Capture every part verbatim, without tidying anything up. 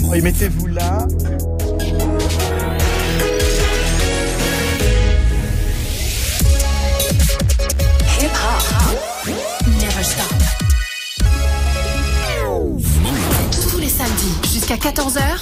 Et mettez-vous là. Hip hop, never stop. Tous les samedis jusqu'à quatorze heures.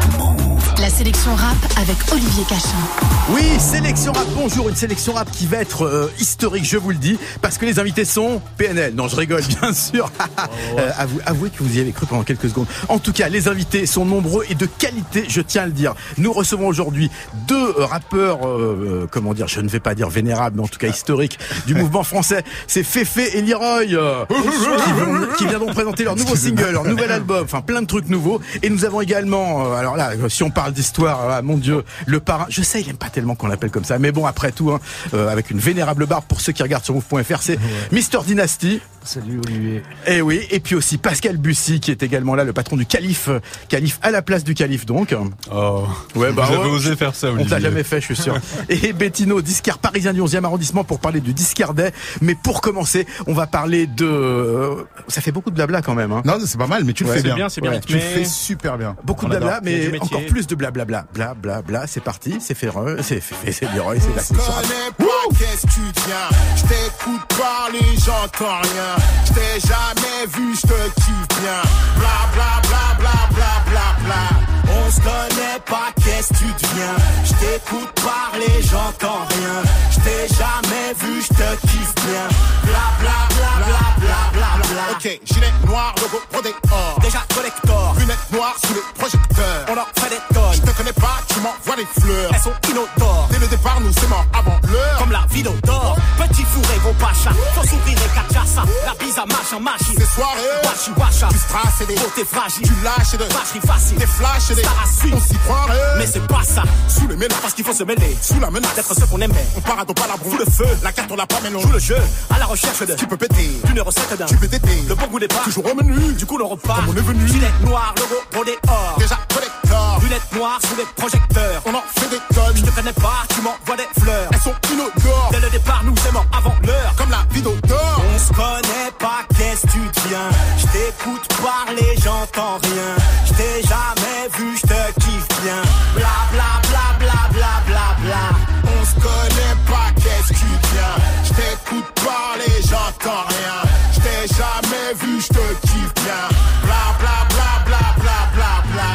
La sélection rap avec Olivier Cachin. Oui, sélection rap, bonjour, une sélection rap qui va être euh, historique, je vous le dis, parce que les invités sont P N L. Non, je rigole, bien sûr. euh, avouez, avouez que vous y avez cru pendant quelques secondes. En tout cas, les invités sont nombreux et de qualité, je tiens à le dire. Nous recevons aujourd'hui deux rappeurs, euh, comment dire, je ne vais pas dire vénérables, mais en tout cas historiques, du mouvement français. C'est Féfé et Leroy, euh, qui, vont, qui viendront présenter leur nouveau single, leur nouvel album, enfin plein de trucs nouveaux. Et nous avons également, euh, alors là, si on parle d'histoire, ah, mon Dieu, le parrain, je sais, il aime pas tellement qu'on l'appelle comme ça, mais bon, après tout, hein, euh, avec une vénérable barbe, pour ceux qui regardent sur move point f r, c'est ouais. Mister Dynasty. Salut Olivier. Et oui, et puis aussi Pascal Bussy, qui est également là, le patron du Calife, Calife à la place du Calife, donc. Oh, ouais, bah, vous avez ouais, osé faire ça, Olivier. On t'a jamais fait, je suis sûr. Et Bettino, disquaire parisien du onzième arrondissement, pour parler du Discardet. Mais pour commencer, on va parler de... Euh, ça fait beaucoup de blabla quand même. Hein. Non, c'est pas mal, mais tu le ouais, fais bien. bien. C'est bien, ouais, tu le fais super bien. Beaucoup on de blabla, adore. mais encore plus de blablabla. Bla, bla, bla, c'est parti, c'est Ferreux, c'est Féfé, c'est Leroy, c'est la sélection. Je connais pas qu'est-ce que tu deviens. Je t'écoute parler, j'entends rien. Je t'ai jamais vu, je te kiffe bien. Bla bla bla bla bla bla bla. On se connaît pas, qu'est-ce que tu deviens. Je t'écoute parler, j'entends rien. Je t'ai jamais vu, je te kiffe bien. Bla bla bla bla bla bla bla. Ok, gilet noir, logo brodé or. Déjà collector, lunettes noires sous les projecteurs. On en fait des tonnes. Je te connais pas, tu m'envoies des fleurs. Elles sont inodores. Dès le départ, nous c'est mort avant l'heure. Comme la vie d'odore. Petit fourré, gros pacha. Faut sourire et cachaça. La bise à machin, machine. C'est soirée. Washi washa. Tu strass et des beautés fragiles. Tu lâches et de vacheries faciles. Des flashs et des stars on s'y croirait. Mais c'est pas ça. Sous les ménages, parce qu'il faut se mêler. Sous la menace d'être ce qu'on aimait. On part à dos pas la brouille. Sous le feu. La carte on l'a pas, mais non. Joue le jeu. À la recherche de. Tu peux péter. D'une recette d'un. Tu peux téter. Le bon goût n'est pas. Toujours au menu. Du coup, le repas. Comme on est venu. Gilet noir, logo brodé or. Déjà collector. Lunettes noires sous les projecteurs. On en fait des tonnes. Je te connais pas, tu m'envoies des fleurs. Elles sont inodores. Dès le départ, nous aimons avant l'heure. Comme la vie d'odore. On se connaît pas, qu'est-ce que tu deviens. Je t'écoute parler, j'entends rien. Je t'ai jamais vu, je te kiffe bien. Bla bla bla bla bla bla bla. On se connaît pas, qu'est-ce que tu deviens. Je t'écoute parler, j'entends rien. Je t'ai jamais vu, je te kiffe bien. Bla bla bla bla bla bla bla.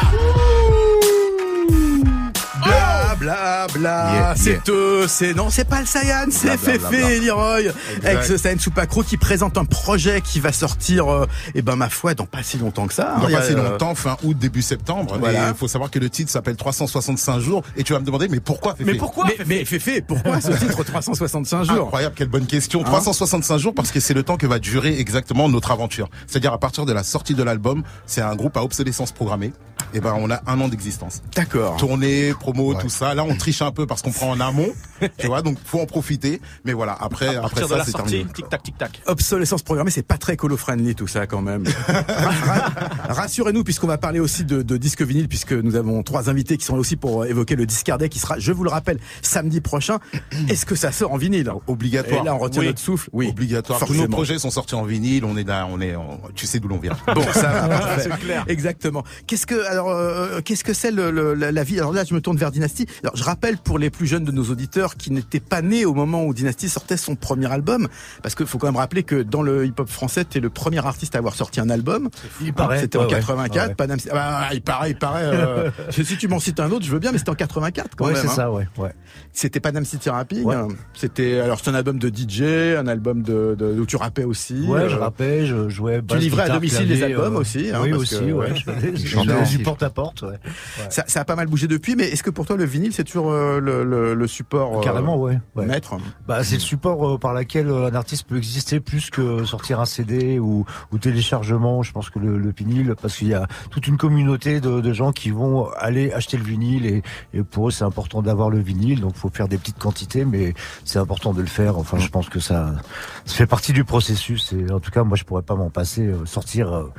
Bla bla bla, yeah, c'est yeah. eux, c'est non, c'est pas le Saiyan, c'est Féfé et Leroy, avec ce Saiyan Soupacro qui présente un projet qui va sortir, euh, et ben ma foi, dans pas si longtemps que ça. Dans hein, pas si euh... longtemps, fin août, début septembre. Voilà. Et il faut savoir que le titre s'appelle trois cent soixante-cinq jours. Et tu vas me demander, mais pourquoi Féfé? Mais pourquoi mais, mais Féfé, pourquoi ce titre trois cent soixante-cinq jours? Incroyable, quelle bonne question. Hein? trois cent soixante-cinq jours parce que c'est le temps que va durer exactement notre aventure. C'est-à-dire à partir de la sortie de l'album, c'est un groupe à obsolescence programmée. Et ben on a un an d'existence. D'accord. Tournée, promo, ouais. tout ça. Là on triche un peu parce qu'on prend en amont, tu vois, donc faut en profiter. Mais voilà, après, à après ça c'est terminé. Tic tac tic tac. Obsolescence programmée, c'est pas très colo-friendly tout ça quand même. Rassurez-nous puisqu'on va parler aussi de, de disque vinyle puisque nous avons trois invités qui sont là aussi pour évoquer le Discardet qui sera, je vous le rappelle, samedi prochain. Est-ce que ça sort en vinyle? Obligatoire. Et là on retient oui. notre souffle. Oui, obligatoire. Forcément. Tous nos projets sont sortis en vinyle. On est là, on est, on, tu sais d'où l'on vient. Bon, ça va, parfait. C'est clair. Exactement. Qu'est-ce que alors euh, qu'est-ce que c'est le, le, la, la vie? Alors là, je me tourne vers Dynasty. Alors je rappelle pour les plus jeunes de nos auditeurs qui n'étaient pas nés au moment où Dynasty sortait son premier album, parce que faut quand même rappeler que dans le hip-hop français, t'es le premier artiste à avoir sorti un album. Il paraît. C'était ouais, en quatre-vingt-quatre. Ouais. Panam... Ah, bah, il paraît, il paraît. Euh... si tu m'en cites un autre, je veux bien, mais c'était en quatre-vingt-quatre quand ouais, même. c'est hein. ça, ouais, ouais. C'était Panam City Rapping. Ouais. C'était alors c'est un album de D J, un album de, de où tu rappais aussi. Ouais, euh... je rappais, je jouais. Tu livrais à domicile les albums euh... aussi. Hein, oui, parce aussi, que, ouais. ouais. Je, je, J'entends. je, du porte à porte, ouais. ouais. Ça, ça a pas mal bougé depuis, mais est-ce que pour toi le vinyle c'est toujours euh, le, le, le support euh, Carrément, ouais. ouais. maître? Bah, c'est le support euh, par lequel euh, un artiste peut exister plus que sortir un C D ou, ou téléchargement. Je pense que le, le vinyle, parce qu'il y a toute une communauté de, de gens qui vont aller acheter le vinyle et, et pour eux c'est important d'avoir le vinyle, donc faut faire des petites quantités, mais c'est important de le faire. Enfin, je pense que ça, ça fait partie du processus. Et en tout cas, moi, je pourrais pas m'en passer. Euh, sortir euh,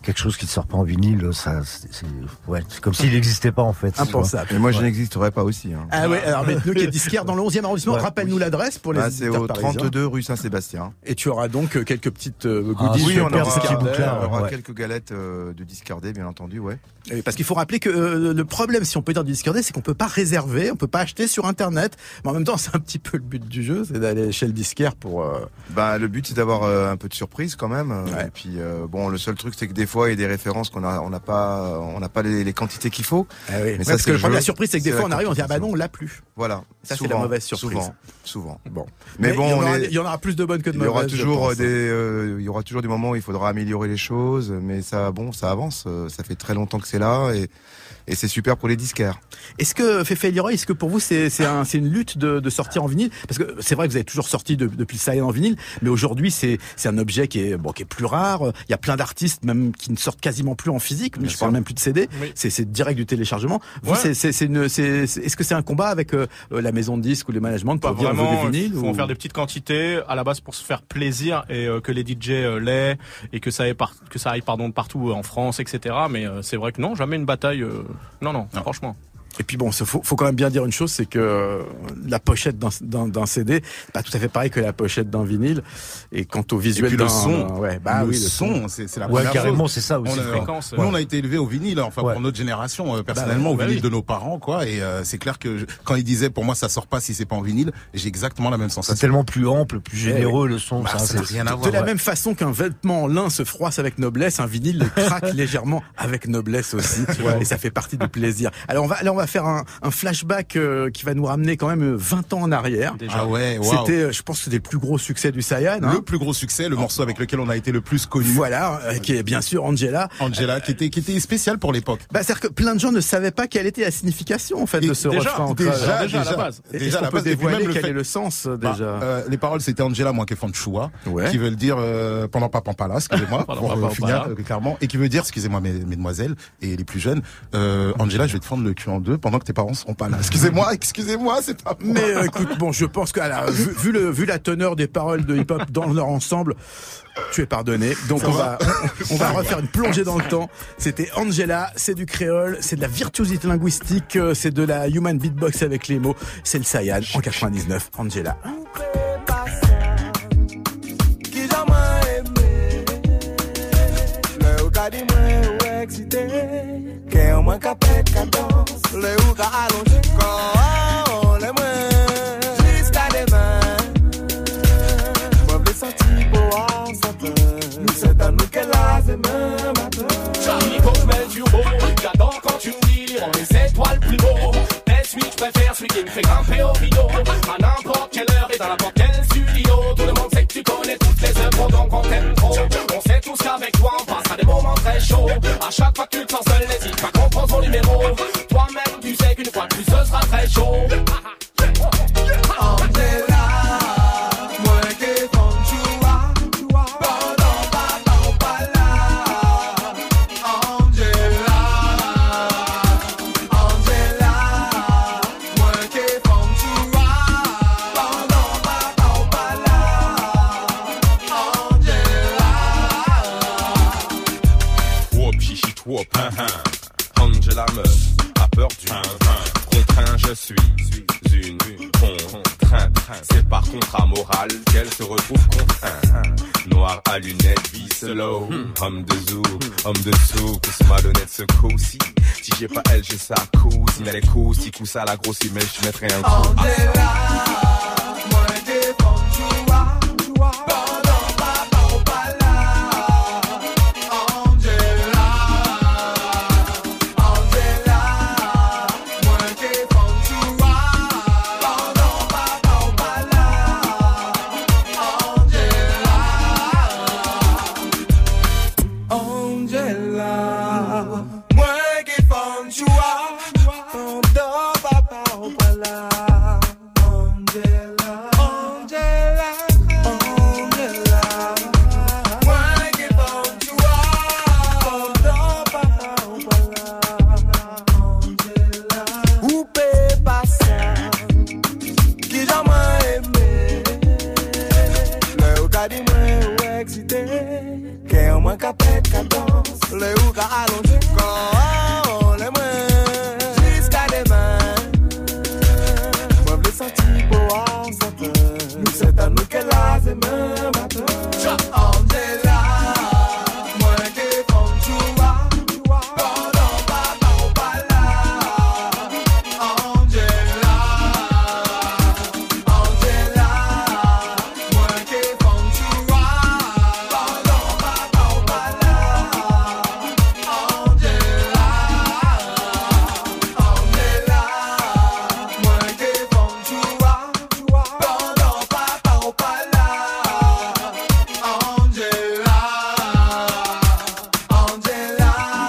quelque chose qui ne sort pas en vinyle, ça, c'est, c'est, ouais, c'est comme s'il n'existait pas en fait. Impensable. Et moi, je Ouais. n'existerais pas aussi. Hein. Ah ouais, alors Metno qui est disquaire dans le onzième arrondissement. Ouais. Rappelle-nous l'adresse pour les Ah, c'est auditeurs au parisiens. trente-deux rue Saint-Sébastien. Et tu auras donc euh, quelques petites euh, Ah, goodies. oui, on super, aura, des petits on bouclards, aura ouais. quelques galettes euh, de discardés, bien entendu, ouais. Euh, Parce qu'il faut rappeler que euh, le problème, si on peut dire du discordé, c'est qu'on peut pas réserver, on peut pas acheter sur Internet. Mais en même temps, c'est un petit peu le but du jeu, c'est d'aller chez le disquaire pour... Euh... Bah, le but, c'est d'avoir euh, un peu de surprise quand même. Euh, Ouais. Et puis, euh, bon, le seul truc, c'est que des fois, il y a des références qu'on a, on n'a pas, on n'a pas les, les quantités qu'il faut. Ah oui. Mais Ouais, ça, parce c'est que le le problème, jeu. la surprise, c'est que des C'est fois, la on arrive, on dit, ah bah compétition. non, on l'a plus. Voilà. Ça, c'est Souvent, la mauvaise surprise. Souvent, souvent. Bon. Mais, bon, il y, en on aura, est- il y en aura plus de bonnes que de il y aura mauvaises. je toujours pense. des, euh, il y aura toujours des moments où il faudra améliorer les choses, mais ça, bon, ça avance. euh, Ça fait très longtemps que c'est là et. Et c'est super pour les disquaires. Est-ce que, Fefe et Leroy, est-ce que pour vous, c'est, c'est, un, c'est une lutte de, de sortir en vinyle? Parce que c'est vrai que vous avez toujours sorti de, depuis le Saiyan en vinyle, mais aujourd'hui, c'est, c'est un objet qui est, bon, qui est plus rare. Il y a plein d'artistes, même, qui ne sortent quasiment plus en physique. Bien je sûr. parle même plus de C D. Oui. C'est, c'est direct du téléchargement. Vous, Ouais. c'est, c'est, c'est une, c'est, c'est- est-ce que c'est un combat avec euh, la maison de disques ou les managements Pas pour dire on veut vraiment, des il vinyles faut ou... en faire des petites quantités à la base pour se faire plaisir et euh, que les D J euh, l'aient et que ça aille, par- que ça aille pardon, partout en France, et cetera. Mais euh, c'est vrai que non, jamais une bataille. euh, Non, non, Non. franchement. Et puis bon, faut, faut quand même bien dire une chose, c'est que euh, la pochette d'un, d'un, d'un C D, c'est pas tout à fait pareil que la pochette d'un vinyle. Et quant au Et visuel puis d'un, le son, d'un- ouais, bah le oui, le son, c'est, c'est la Ouais, première carrément, chose. c'est ça aussi. On a- quoi. Fréquence, Nous, euh, on a été élevés au vinyle, enfin Ouais. pour notre génération, euh, personnellement, Bah ouais, au vinyle bah oui. de nos parents, quoi. Et euh, c'est clair que je- quand ils disaient, pour moi, ça sort pas si c'est pas en vinyle, j'ai exactement la même C'est sensation. tellement plus ample, plus généreux le son. Bah, ça, ça c'est- n'a rien à De voir. la ouais. même façon qu'un vêtement en lin se froisse avec noblesse, un vinyle le craque légèrement avec noblesse aussi. Et ça fait partie du plaisir. Alors on va, là on va faire un, un flashback euh, qui va nous ramener quand même vingt ans en arrière. Déjà. Ah ouais, waouh. C'était, euh, je pense que c'était le plus gros succès du Saiyan. Hein. Le plus gros succès, le morceau avec lequel on a été le plus connu. Voilà, euh, qui est bien sûr Angela. Angela, qui était, qui était spécial pour l'époque. Bah, c'est-à-dire que plein de gens ne savaient pas quelle était la signification en fait Et de ce déjà, refrain. en déjà, creux. Alors, déjà, à la base. Est-ce déjà, à qu'on la peut base, et puis dévoiler même le quel fait- est le sens Bah, déjà euh, les paroles, c'était Angela, moi qui font de choix, Ouais. qui veulent dire euh, pendant Papampala, excusez-moi, Pendant pour euh, Papampala. finir euh, clairement, et qui veut dire, excusez-moi, mes, mesdemoiselles et les plus jeunes, euh, Angela, je vais te fendre le cul en deux pendant que tes parents seront pas là. Excusez-moi, excusez-moi, c'est pas moi. Mais euh, écoute, bon, je pense que alors, vu, vu le vu la teneur des paroles de hip-hop dans leur ensemble, tu es pardonné. Donc on va on, on va refaire une plongée dans le temps. C'était Angela, c'est du créole, c'est de la virtuosité linguistique, euh, c'est de la human beatbox avec les mots. C'est le Saiyan en quatre-vingt-dix-neuf. Angela. Ki jaman eme Le ou ka di mwen ou eksite Ke yon mwen ka pet ka dans Le ou ka alonje kon le mwen Jiska deman Mwen vle santi pou an satan Nou se tan nou ke la zemen matin Charlie, quand je mets le turbo, j'adore quand tu me dis lire les étoiles plus beau. Mais celui que je préfère, celui qui me fait grimper au rideau. À n'importe quelle heure et dans n'importe quel studio. Tout le monde sait que tu connais toutes les œuvres, donc on t'aime trop. On sait tous qu'avec toi, on passe à des moments très chauds. À chaque fois que tu te sens seul, n'hésite pas qu'on prend son numéro. Toi-même, tu sais qu'une fois de plus, ce sera très chaud. Angela Mwen ke fon chua Pendant papa ou pa la Angela Angela Mwen ke fon chua Pendant papa ou pa la Angela Wop, chichi, wop, hein, hein. Angela meuf, a peur du contraint, je suis une contrainte. C'est par contrat moral qu'elle se retrouve contrainte. Noir à lunettes, vie slow, homme de zoo, homme de souk, ce malhonnête se aussi. Si j'ai pas elle, j'ai sa cousine, elle est cousine, coup ça la grossit, mais je mettrai un coup. Angela Mwen ke fon chua Pendant papa ou pa la Angela Angela Mwen ke fon chua Pendant papa ou pa la Angela Angela Mwen ke fon chua Pendant papa ou pa la Angela Angela Angela Mwen ke fon chua Pendant papa ou pa la Angela Ou pe pasa Ki jaman eme Le ou ka di mwen ou eksite Ke yon mwen ka pet ka dans Le ou ka allongé corps les mains jusqu'à demain. Moi le senti pour avoir ça. Nous c'est à nous qu'elle a ses mains matin. Angela, moi qui font joie. Pendant papa au pala. Angela, Angela, moi qui font joie. Pendant papa au pala. Angela, Angela, moi qui font joie. Pendant papa au pala. Angela, Angela,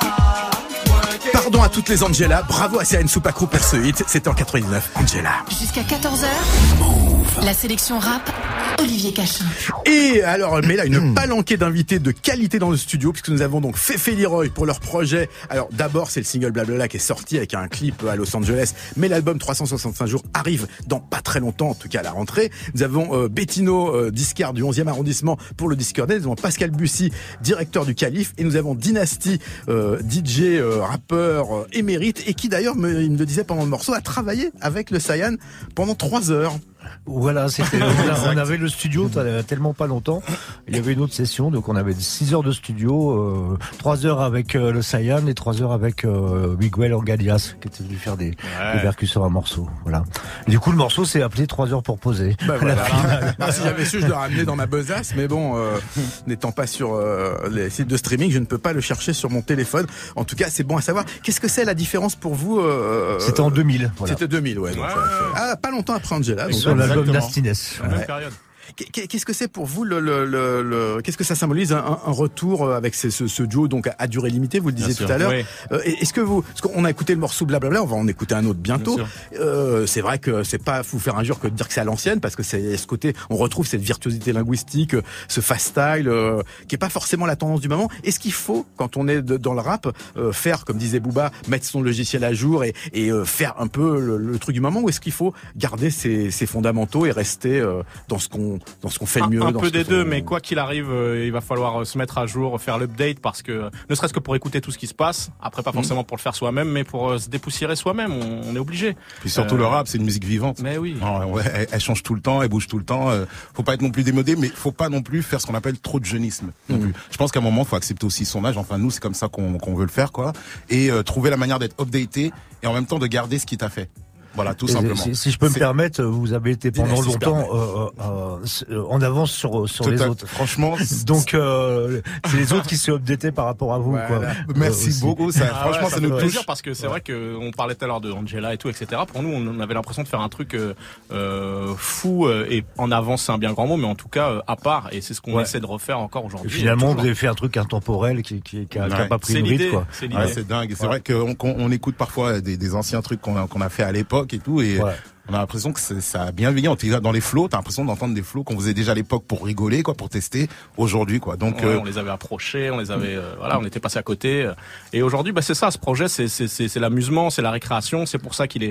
moi qui Pardon à toutes les Angela, bravo à Cyril Soupa Crew pour ce hit, c'était en quatre-vingt-dix-neuf, Angela. Jusqu'à quatorze heures, la sélection rap, Olivier Cachin. Et alors, mais là, une palanquée d'invités de qualité dans le studio, puisque nous avons donc Fefe Leroy pour leur projet. Alors, d'abord, c'est le single Blablabla qui est sorti avec un clip à Los Angeles, mais l'album trois cent soixante-cinq jours arrive dans pas très longtemps, en tout cas à la rentrée. Nous avons euh, Bettino, euh, disquaire du onzième arrondissement pour le Discord. Nous avons Pascal Bussy, directeur du Calife, et nous avons Dynasty, euh, D J, euh, rappeur euh, émérite, et qui d'ailleurs, me, il me le disait pendant le morceau, a travaillé avec le Cyan pendant trois heures. Voilà, c'était, on avait le studio tellement pas longtemps. Il y avait une autre session, donc on avait six heures de studio, euh, trois heures avec euh, le Cyan et trois heures avec euh, Miguel Orgalias, qui était venu faire des, ouais. des percus sur un morceau. Voilà. Et du coup, le morceau s'est appelé trois heures pour poser. Bah, voilà. Ah, si j'avais su, je l'aurais amené dans ma besace, mais bon, euh, n'étant pas sur euh, les sites de streaming, je ne peux pas le chercher sur mon téléphone. En tout cas, c'est bon à savoir. Qu'est-ce que c'est la différence pour vous euh, C'était en deux mille. Voilà. C'était deux mille, ouais. Donc, ouais. Euh, ah, pas longtemps après Angela. Donc, sur l'album Nastines. Ouais. Période. Qu'est-ce que c'est pour vous le, le, le, le qu'est-ce que ça symbolise un, un retour avec ce, ce, ce duo donc à durée limitée, vous le disiez Bien tout sûr, à l'heure. Oui. Euh, est-ce que vous, parce qu'on a écouté le morceau Blablabla, on va en écouter un autre bientôt. Euh, c'est vrai que c'est pas vous faire injure que de dire que c'est à l'ancienne, parce que c'est ce côté, on retrouve cette virtuosité linguistique, ce fast style euh, qui est pas forcément la tendance du moment. Est-ce qu'il faut, quand on est de, dans le rap, euh, faire comme disait Booba, mettre son logiciel à jour et, et euh, faire un peu le, le truc du moment, ou est-ce qu'il faut garder ses, ses fondamentaux et rester euh, dans ce qu'on dans ce qu'on fait le mieux? Un peu des deux, mais quoi qu'il arrive, euh, il va falloir euh, se mettre à jour, faire l'update, parce que ne serait-ce que pour écouter tout ce qui se passe. Après, pas forcément mmh. pour le faire soi-même, mais pour euh, se dépoussiérer soi-même. On, on est obligé. Puis surtout euh... le rap, c'est une musique vivante. Mais oui. Alors, ouais, elle, elle change tout le temps, elle bouge tout le temps. Euh, faut pas être non plus démodé, mais faut pas non plus faire ce qu'on appelle trop de jeunisme. Non mmh. plus. Je pense qu'à un moment, faut accepter aussi son âge. Enfin, nous, c'est comme ça qu'on, qu'on veut le faire, quoi. Et euh, trouver la manière d'être updaté et en même temps de garder ce qui t'a fait. Voilà, tout simplement. Si, si je peux me permettre, vous avez été pendant longtemps euh, euh, en avance sur sur tout les autres. Franchement, donc euh, c'est les autres qui se updatés par rapport à vous. Voilà. Quoi. Merci euh, beaucoup. Ça, ah franchement, ouais, ça, ça nous touche. plaisir parce que c'est ouais. vrai que on parlait tout à l'heure de Angela et tout, et cetera. Pour nous, on avait l'impression de faire un truc euh, fou euh, et en avance, c'est un bien grand mot, mais en tout cas euh, à part. Et c'est ce qu'on ouais. essaie de refaire encore aujourd'hui. Et finalement, vous avez fait un truc intemporel qui qui, qui, a, ouais. qui a pas pris c'est de rythme, quoi. C'est, ouais, c'est dingue. C'est ouais. vrai qu'on on écoute parfois des, des anciens trucs qu'on a qu'on a fait à l'époque et tout, et ouais. on a l'impression que c'est, ça a bien vieilli. Dans les flows, t'as l'impression d'entendre des flows qu'on faisait déjà à l'époque pour rigoler, quoi, pour tester aujourd'hui, quoi. Donc, ouais, euh... on les avait approchés, on les avait, euh, voilà, on était passé à côté. Et aujourd'hui, bah, c'est ça, ce projet, c'est, c'est, c'est, c'est l'amusement, c'est la récréation. C'est pour ça qu'il est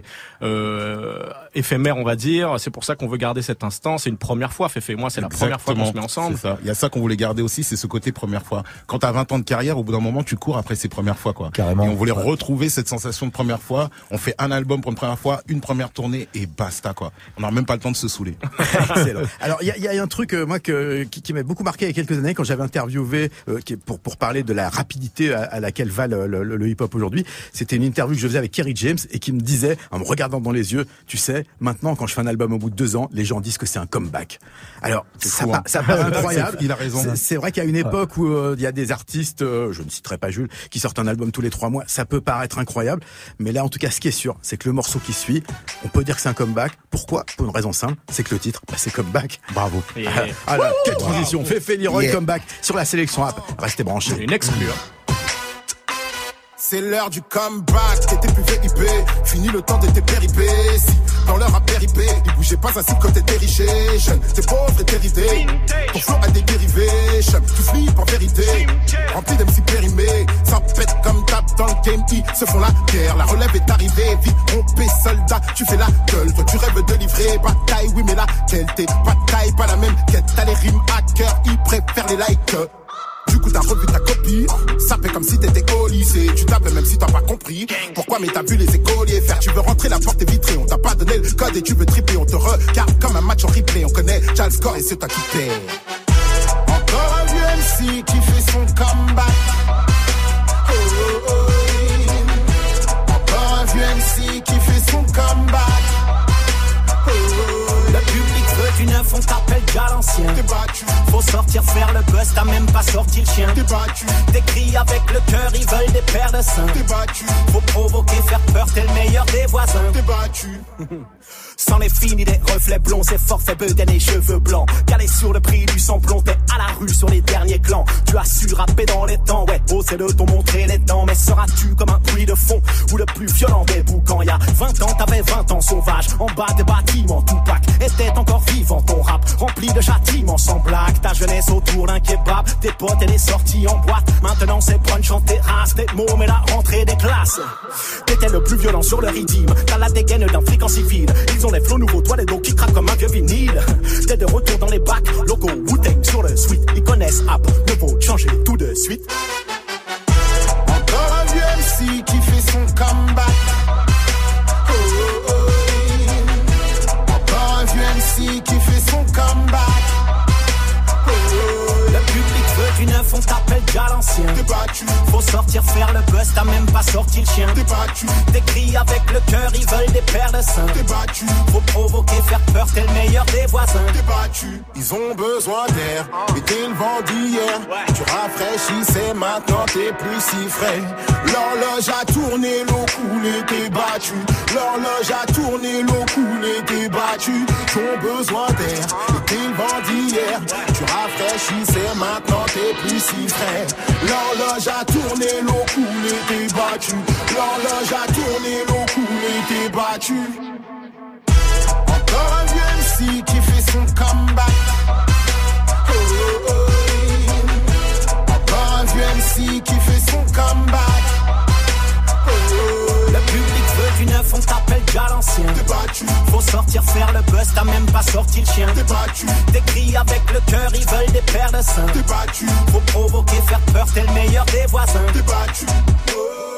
euh, éphémère, on va dire. C'est pour ça qu'on veut garder cet instant. C'est une première fois, Fefe et moi, c'est Exactement. la première fois qu'on se met ensemble. C'est ça. Il y a ça qu'on voulait garder aussi, c'est ce côté première fois. Quand t'as vingt ans de carrière, au bout d'un moment, tu cours après ces premières fois, quoi. Carrément. Et on voulait ouais. retrouver cette sensation de première fois. On fait un album pour une première fois, une première tournée et basta, quoi. On n'a même pas le temps de se saouler. Excellent. Alors il y a, y a un truc euh, moi que, qui, qui m'a beaucoup marqué il y a quelques années quand j'avais interviewé euh, qui, pour pour parler de la rapidité à, à laquelle va le, le, le hip-hop aujourd'hui. C'était une interview que je faisais avec Kerry James et qui me disait en me regardant dans les yeux, tu sais, maintenant quand je fais un album au bout de deux ans, les gens disent que c'est un comeback. Alors c'est ça, fou, hein. ça paraît incroyable. Il a raison. C'est, c'est vrai qu'il y a une époque où il euh, y a des artistes, euh, je ne citerai pas Jules, qui sortent un album tous les trois mois. Ça peut paraître incroyable, mais là en tout cas ce qui est sûr, c'est que le morceau qui suit, on peut dire que c'est un comeback. Pourquoi? Pour une raison simple, c'est que le titre, bah, c'est Comeback. Bravo. Et... Ah, ah là, quelle transition. Fefe Leroy, yeah. Comeback sur la sélection app. Restez branchés. Une exclure. C'est l'heure du comeback, t'étais plus V I P, fini le temps de tes péripéties. Dans l'heure à péripé, ils bougeaient pas ainsi quand t'étais riche et jeune. T'es pauvre et t'es ridé, ton flow a des dérivations. Tu flippes en vérité, rempli d'M C périmés. Ça pète comme tap dans le game, ils se font la guerre. La relève est arrivée, vite rompé soldat, tu fais la gueule. Toi tu rêves de livrer, bataille, oui mais laquelle t'es bataille, pas la même quête. T'as les rimes à cœur, ils préfèrent les likes. Du coup t'as revu ta copie. Ça fait comme si t'étais au lycée. Tu tables même si t'as pas compris. Pourquoi mais t'as vu les écoliers faire? Tu veux rentrer, la porte est vitrée. On t'a pas donné le code et tu veux tripler. On te regarde comme un match en replay. On connaît déjà le score et c'est toi qui paie. Encore un vieux M C qui fait son comeback. Oh, oh, oh. Encore un vieux M C qui fait son comeback. Oh, oh. Le public veut une info, on t'appelle déjà l'ancien. T'es battu. Faut sortir faire le buzz, t'as même pas sorti le chien. T'es battu. T'écris avec le cœur, ils veulent des paires de seins. T'es battu. Faut provoquer, faire peur, t'es le meilleur des voisins. T'es battu. Sans les filles ni des reflets blonds, c'est forfait bedaine et cheveux blancs. Calé sur le prix du samplon, t'es à la rue sur les derniers clans. Tu as su rapper dans les temps, ouais, oh c'est de ton montrer les dents. Mais seras-tu comme un puits de fond ou le plus violent des boucans? Y'a vingt ans, t'avais vingt ans sauvage, en bas des bâtiments, Tupac était encore vivant. Ton rap rempli de châtiments sans blague. Ta jeunesse autour d'un kebab, tes potes et des sorties en boîte. Maintenant c'est brunch en terrasse, des mots mais la rentrée des classes. T'étais le plus violent sur le rythme, t'as la dégaine d'un flic en civil. Ils ont les flots nouveaux, toi les dos qui craquent comme un vieux vinyle. T'es de retour dans les bacs, locaux, Wu-Tang sur le suite. Ils connaissent app, ne faut changer tout de suite. Encore un vieux M C qui fait son comeback. Oh, oh, oh. Encore un vieux M C qui fait son comeback. Oh, oh. Le public veut une info, on t'appelle déjà l'ancien. T'es battu. Faut sortir faire le buzz, t'as même pas sorti le chien. T'es battu. T'écris avec le cœur, ils veulent des paires de seins. T'es battu. Faut provoquer, faire peur, t'es le meilleur des voisins. T'es battu. Ils ont besoin d'air, mais t'es le vent d'hier. Tu rafraîchissais, maintenant t'es plus si frais. L'horloge a tourné, l'eau coulée, t'es battu. L'horloge a tourné, l'eau coulée, t'es battu. Ils ont besoin d'air, mais t'es le vent d'hier. Tu rafraîchissais, maintenant t'es plus si frais. L'horloge a tourné, l'eau coulée, t'es battu. L'horloge a tourné, l'eau coulée, t'es battu. Encore un vieux M C qui fait son comeback. Oh, oh, oh. Encore un vieux M C qui fait son comeback. Oh, oh. Le public veut une info, on t'appelle déjà l'ancien. T'es battu. Faut sortir faire le buzz, t'as même pas sorti le chien. T'es battu. T'écris avec le cœur, ils veulent des paires de seins. T'es battu. Faut provoquer, faire peur, t'es le meilleur des voisins. T'es battu. Oh.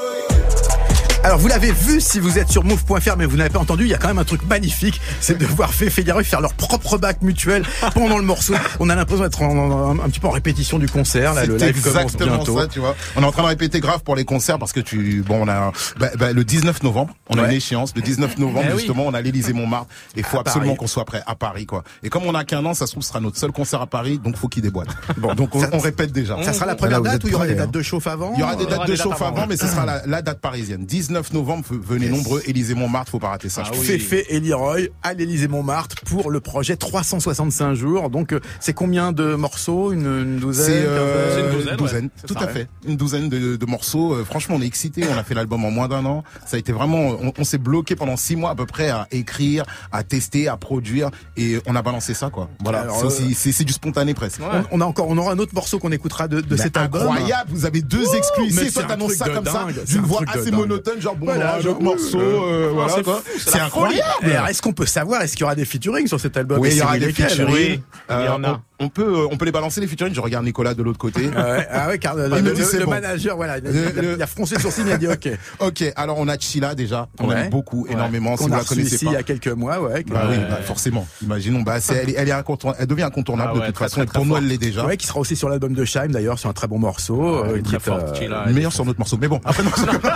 Alors vous l'avez vu si vous êtes sur move point f r, mais vous n'avez pas entendu, il y a quand même un truc magnifique, c'est de voir Fefe et Leroy faire leur propre bac mutuel pendant le morceau. On a l'impression d'être en, en, un petit peu en répétition du concert, là, le live commence bientôt. Ça, tu vois. On est en train de répéter grave pour les concerts parce que tu, bon, on a, bah, bah, le dix-neuf novembre, on ouais. a une échéance, le dix-neuf novembre, eh justement, oui. on a l'Élysée Montmartre, et il faut à absolument Paris. qu'on soit prêt à Paris, quoi. Et comme on a qu'un an, ça se trouve, ce sera notre seul concert à Paris, donc faut qu'il déboîte. Bon, donc on, ça, on répète déjà. Ça sera la première date ou il y aura des dates de chauffe avant? Il y aura des dates de chauffe avant, mais ce sera la, la date parisienne. dix-neuf novembre, venez nombreux, Élysée Montmartre, faut pas rater ça. Ah oui. Fefe et Leroy à l'Élysée Montmartre pour le projet trois cent soixante-cinq jours. Donc c'est combien de morceaux? Une, une douzaine? C'est euh, une douzaine, une douzaine. Ouais. Tout ça, à ouais. fait. Une douzaine de, de morceaux. Euh, franchement, on est excités. On a fait l'album en moins d'un an. Ça a été vraiment, on, on s'est bloqué pendant six mois à peu près à écrire, à tester, à produire, et on a balancé ça, quoi. Voilà. Alors, c'est, aussi, c'est, c'est du spontané presque. Ouais. On, on a encore, on aura un autre morceau qu'on écoutera de, de cet album. Incroyable. Vous avez deux exclus ici. Toi, t'annonces ça comme ça, d'une voix assez monotone, genre bon, voilà, un autre morceau, euh, voilà. C'est, quoi. c'est, c'est incroyable. Alors, est-ce qu'on peut savoir, est-ce qu'il y aura des featuring sur cet album? Oui, il y aura des featuring. Oui, euh, il y en a. On, on peut, on peut les balancer les featuring. Je regarde Nicolas de l'autre côté. Ah ouais, ah ouais car le, le, le, le bon. manager, voilà, il a, le, il a froncé le sourcil, il a dit OK. OK. Alors on a Chila déjà, qu'on ouais. aime beaucoup, ouais. énormément. Qu'on si a vous la connaissez ici pas. Il y a quelques mois, ouais. Bah oui, bah forcément. Imaginons. Bah c'est, elle, elle est incontournable, elle devient incontournable ah ouais, de toute très, façon. Très, très, et pour nous, elle l'est déjà. Ouais, qui sera aussi sur l'album de Scheim d'ailleurs, sur un très bon morceau. Ouais, très fort. Le meilleur sur notre morceau. Mais bon, après non.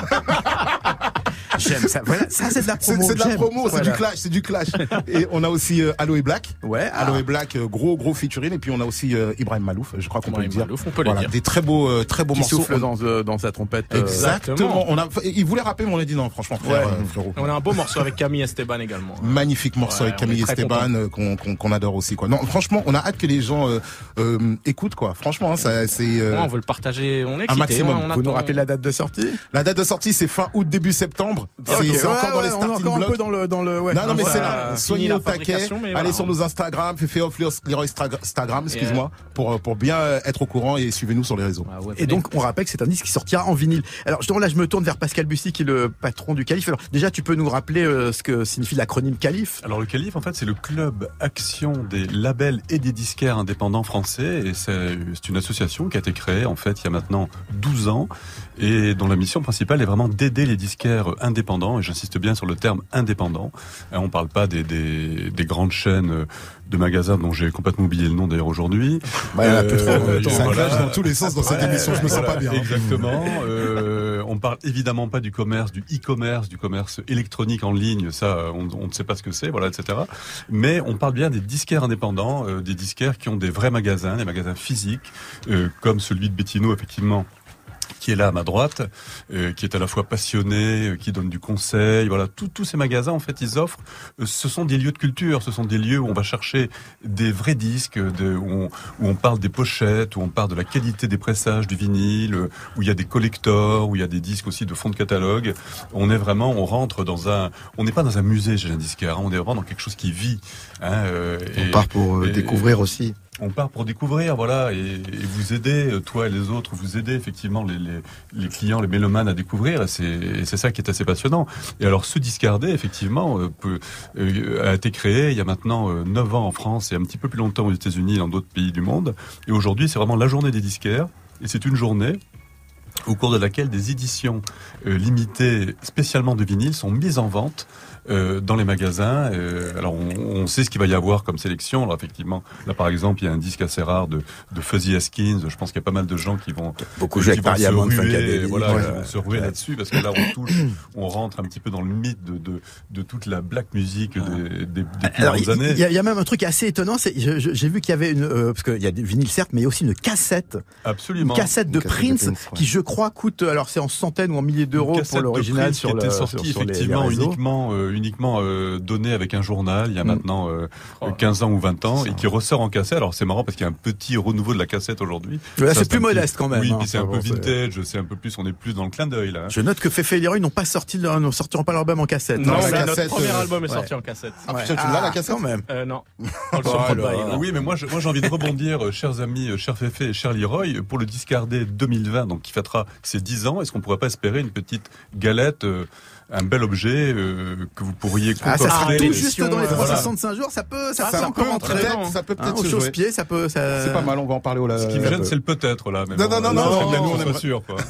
J'aime ça. Voilà, ça c'est de la promo. C'est, c'est de la j'aime. promo, c'est voilà. du clash, c'est du clash. Et on a aussi euh, Aloe Black. Ouais. Ah. Aloe Black, euh, gros gros featuring. Et puis on a aussi euh, Ibrahim Malouf. Je crois qu'on Ibrahim peut le dire. Malouf, on peut voilà, le dire. Des très beaux, euh, très beaux qui morceaux. Qui souffle dans, euh, dans sa trompette. Euh... Exactement. On a, il voulait rapper, mais on a dit non, franchement, frère, ouais. euh, frérot. On a un beau morceau avec Camille Esteban également. Magnifique morceau ouais, avec Camille Esteban euh, qu'on, qu'on, qu'on adore aussi, quoi. Non, franchement, on a hâte que les gens euh, euh, écoutent, quoi. Franchement, hein, ça, c'est. Euh, ouais, on veut le partager. On est un excité, maximum. On Vous nous rappelez la date de sortie? La date de sortie, c'est fin août, début septembre. C'est Okay. c'est encore Ouais, dans les ouais, on est starting encore un blocks. peu dans le dans le. Ouais. Non, non, mais Voilà, c'est là. fini Soyez la au taquet. fabrication, mais Allez voilà. sur nos Instagram, Fefe Off Leroy Instagram, excuse-moi, pour, pour bien être au courant et suivez-nous sur les réseaux. Ah ouais, Et donc, on rappelle que c'est un disque qui sortira en vinyle. Alors, je- là, je me tourne vers Pascal Bussy, qui est le patron du Calife. Alors, déjà, tu peux nous rappeler euh, ce que signifie l'acronyme Calife? Alors le Calife, en fait, c'est le club action des labels et des disquaires indépendants français, et c'est c'est une association qui a été créée en fait il y a maintenant douze ans, et dont la mission principale est vraiment d'aider les disquaires indépendants, et j'insiste bien sur le terme indépendant. Et on parle pas des, des, des grandes chaînes de magasins dont j'ai complètement oublié le nom d'ailleurs aujourd'hui. Bah, il y en a plus trop, Euh, autant. Ça voilà. clash dans tous les sens dans cette Ouais, émission, je me sens voilà, pas bien. Exactement. Euh, on parle évidemment pas du commerce, du e-commerce, du commerce électronique en ligne. Ça, on, on ne sait pas ce que c'est, voilà, et cetera. Mais on parle bien des disquaires indépendants, euh, des disquaires qui ont des vrais magasins, des magasins physiques, euh, comme celui de Bettino, effectivement, qui est là à ma droite, euh, qui est à la fois passionné, euh, qui donne du conseil. Voilà, tous tous ces magasins, en fait, ils offrent. Euh, ce sont des lieux de culture, ce sont des lieux où on va chercher des vrais disques, de, où, on, où on parle des pochettes, où on parle de la qualité des pressages du vinyle, euh, où il y a des collectors, où il y a des disques aussi de fond de catalogue. On est vraiment, on rentre dans un, on n'est pas dans un musée chez un disquaire, hein, on est vraiment dans quelque chose qui vit. Hein, euh, On et- part pour euh, et- découvrir aussi. On part pour découvrir, voilà, et, et vous aider, toi et les autres, vous aider effectivement les, les, les clients, les mélomanes à découvrir, et c'est, et c'est ça qui est assez passionnant. Et alors ce discardé, effectivement, euh, peut, euh, a été créé il y a maintenant euh, neuf ans en France et un petit peu plus longtemps aux États-Unis et dans d'autres pays du monde. Et aujourd'hui, c'est vraiment la journée des disquaires, et c'est une journée au cours de laquelle des éditions euh, limitées spécialement de vinyle sont mises en vente euh, dans les magasins. Euh, alors on, on sait ce qu'il va y avoir comme sélection. Alors effectivement, là par exemple, il y a un disque assez rare de, de Fuzzy Haskins. Je pense qu'il y a pas mal de gens qui vont Beaucoup qui joué avec vont se Parliament, ruer, Funkadelic. voilà, Ouais. qui vont se ruer là-dessus, parce que là on touche, on rentre un petit peu dans le mythe de, de, de toute la black music des, des, des plus Alors, grandes il années. y, a- il y a même un truc assez étonnant. C'est, je- je- j'ai vu qu'il y avait une, euh, parce qu'il y a des vinyles certes, mais il y a aussi une cassette, Absolument. une cassette de Une cassette de Prince, Prince, ouais. qui je crois coûte, alors c'est en centaines ou en milliers d'euros Une pour cassette l'original de Prince sur qui le était sur, sortie sur les- les effectivement réseaux. uniquement euh, uniquement euh, donné avec un journal il y a Mm. maintenant euh, Oh. quinze ans ou vingt ans, Ça. et qui ressort en cassette. Alors c'est marrant parce qu'il y a un petit renouveau de la cassette aujourd'hui. Là, Ça, c'est plus un petit- modeste quand même. Oui, hein. puis c'est un Enfin, peu bon, c'est- vintage, c'est un peu plus, on est plus dans le clin d'œil là. Je note que Fefe et Leroy n'ont pas sorti, leur- ne sortiront pas l'album en cassette. Non, hein. la là, notre cassette, premier euh, album est ouais. sorti en cassette. Ah, Ouais. putain, tu l'as la Ah, cassette quand même. Euh, non. On le Oh sort là pas, là. il est là. Oui, mais moi, je- moi j'ai envie de rebondir, euh, chers amis, euh, chers Fefe et chers Leroy, pour le Discardé deux mille vingt, donc qui fêtera ses dix ans. Est-ce qu'on pourrait pas espérer une petite galette, euh, un bel objet euh, que vous pourriez Ah, ça sera concocter tout l'émission, juste dans les euh, trois cent voilà. soixante-cinq jours. Ça peut, ça, Ah, peut ça encore peut rentrer. entrer. Peut-être, ça peut Hein, peut-être au se jouer. chausse-pied, ça peut, ça. C'est pas mal, on va en parler au la. Ce qui me gêne, c'est le peut-être là. Mais Non, bon, non, non, euh, non, ça serait non, bien non, qu'on on soit aimerait- sûr, quoi.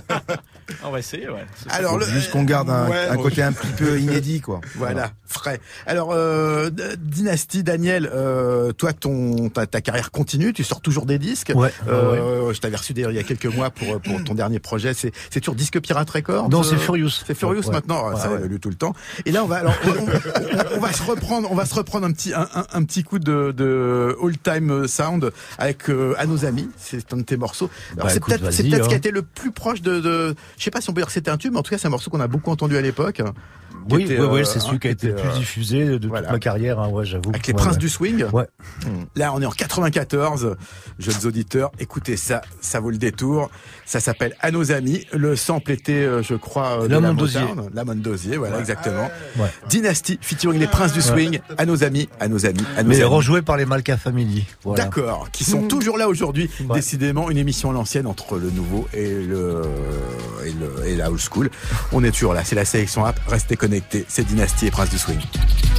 On va essayer, ouais. C'est- Alors, Faut le- juste qu'on garde un, Ouais, un ouais. côté un petit peu inédit, quoi. Voilà, frais. Alors, euh, D- Dynasty, Daniel, euh, toi, ton ta, ta carrière continue, tu sors toujours des disques. Ouais, Euh, Je t'avais reçu d'ailleurs il y a quelques mois pour pour ton dernier projet. C'est c'est toujours Disque Pirate Records. Non, euh, c'est Furious. C'est Furious Ouais. maintenant. Ouais, ça, ouais. on l'a lu tout le temps. Et là, on va alors on, on- on va se reprendre, on va se reprendre un petit un, un, un petit coup de de All Time Sound avec euh, À nos amis. C'est un de tes morceaux. Alors Bah, c'est écoute, peut-être c'est vas-y, peut-être ce qui a hein. été le plus proche de, de je sais pas si on peut dire que c'était un tube, mais en tout cas c'est un morceau qu'on a beaucoup entendu à l'époque. qui Oui, était, oui, oui, euh, c'est celui qui a été le était, plus euh, diffusé de voilà. toute ma carrière, hein, ouais, j'avoue. avec les Ouais, Princes ouais. du Swing. Ouais. Là, on est en quatre-vingt-quatorze. Jeunes auditeurs, écoutez ça, ça vaut le détour. Ça s'appelle À nos amis. Le sample était, euh, je crois, euh, de La la Mondosier. Motown. La Mondosier, voilà, exactement. Ouais. Dynasty, featuring les Princes du Swing. À nos amis, à nos amis, à nos Mais amis. rejoué par les Malka Family. Voilà. D'accord, qui sont toujours là aujourd'hui. Ouais. Décidément, une émission à l'ancienne entre le nouveau et le, et le, et la old school. On est toujours là. C'est la sélection app. Restez connectés. C'est Dynasty et Princes du Swing.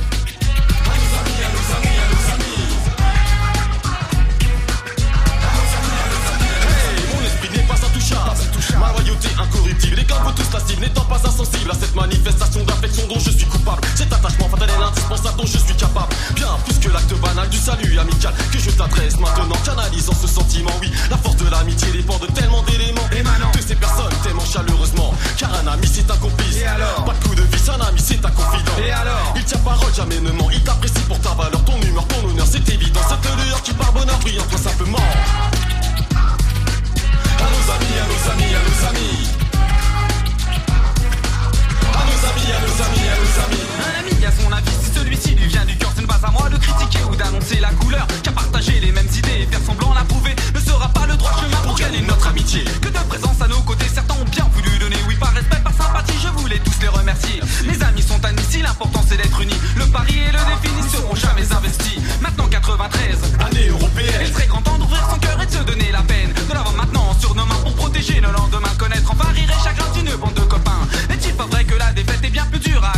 Mon esprit n'est pas intouchable, ma loyauté incorruptible. Les gars, tous la cible, n'étant pas insensible à cette manifestation d'affection dont je suis coupable. Cet attachement fatal et indispensable dont je suis capable. Bien plus que l'acte banal du salut amical que je t'adresse maintenant, canalisant ce sentiment. Oui, la force de l'amitié dépend de tellement d'éléments émanant de ces personnes tellement chaleureusement. Car un ami c'est un complice. Et alors, pas de coup de vis, un ami c'est un confident. Et alors, il tient parole, jamais ne ment. Il t'apprécie pour ta valeur, ton humeur, ton honneur, c'est évident. Cette lueur qui par bonheur brille en toi simplement. À nos amis, à nos amis, à nos amis. À nos amis, à nos amis, à nos amis. Un ami a son avis, si celui-ci lui vient du cœur, ce n'est pas à moi de critiquer ou d'annoncer la couleur. Qu'à partager les mêmes idées et faire semblant l'approuver ne sera pas le droit chemin pour gagner notre amitié. Que de présence à nos côtés, certains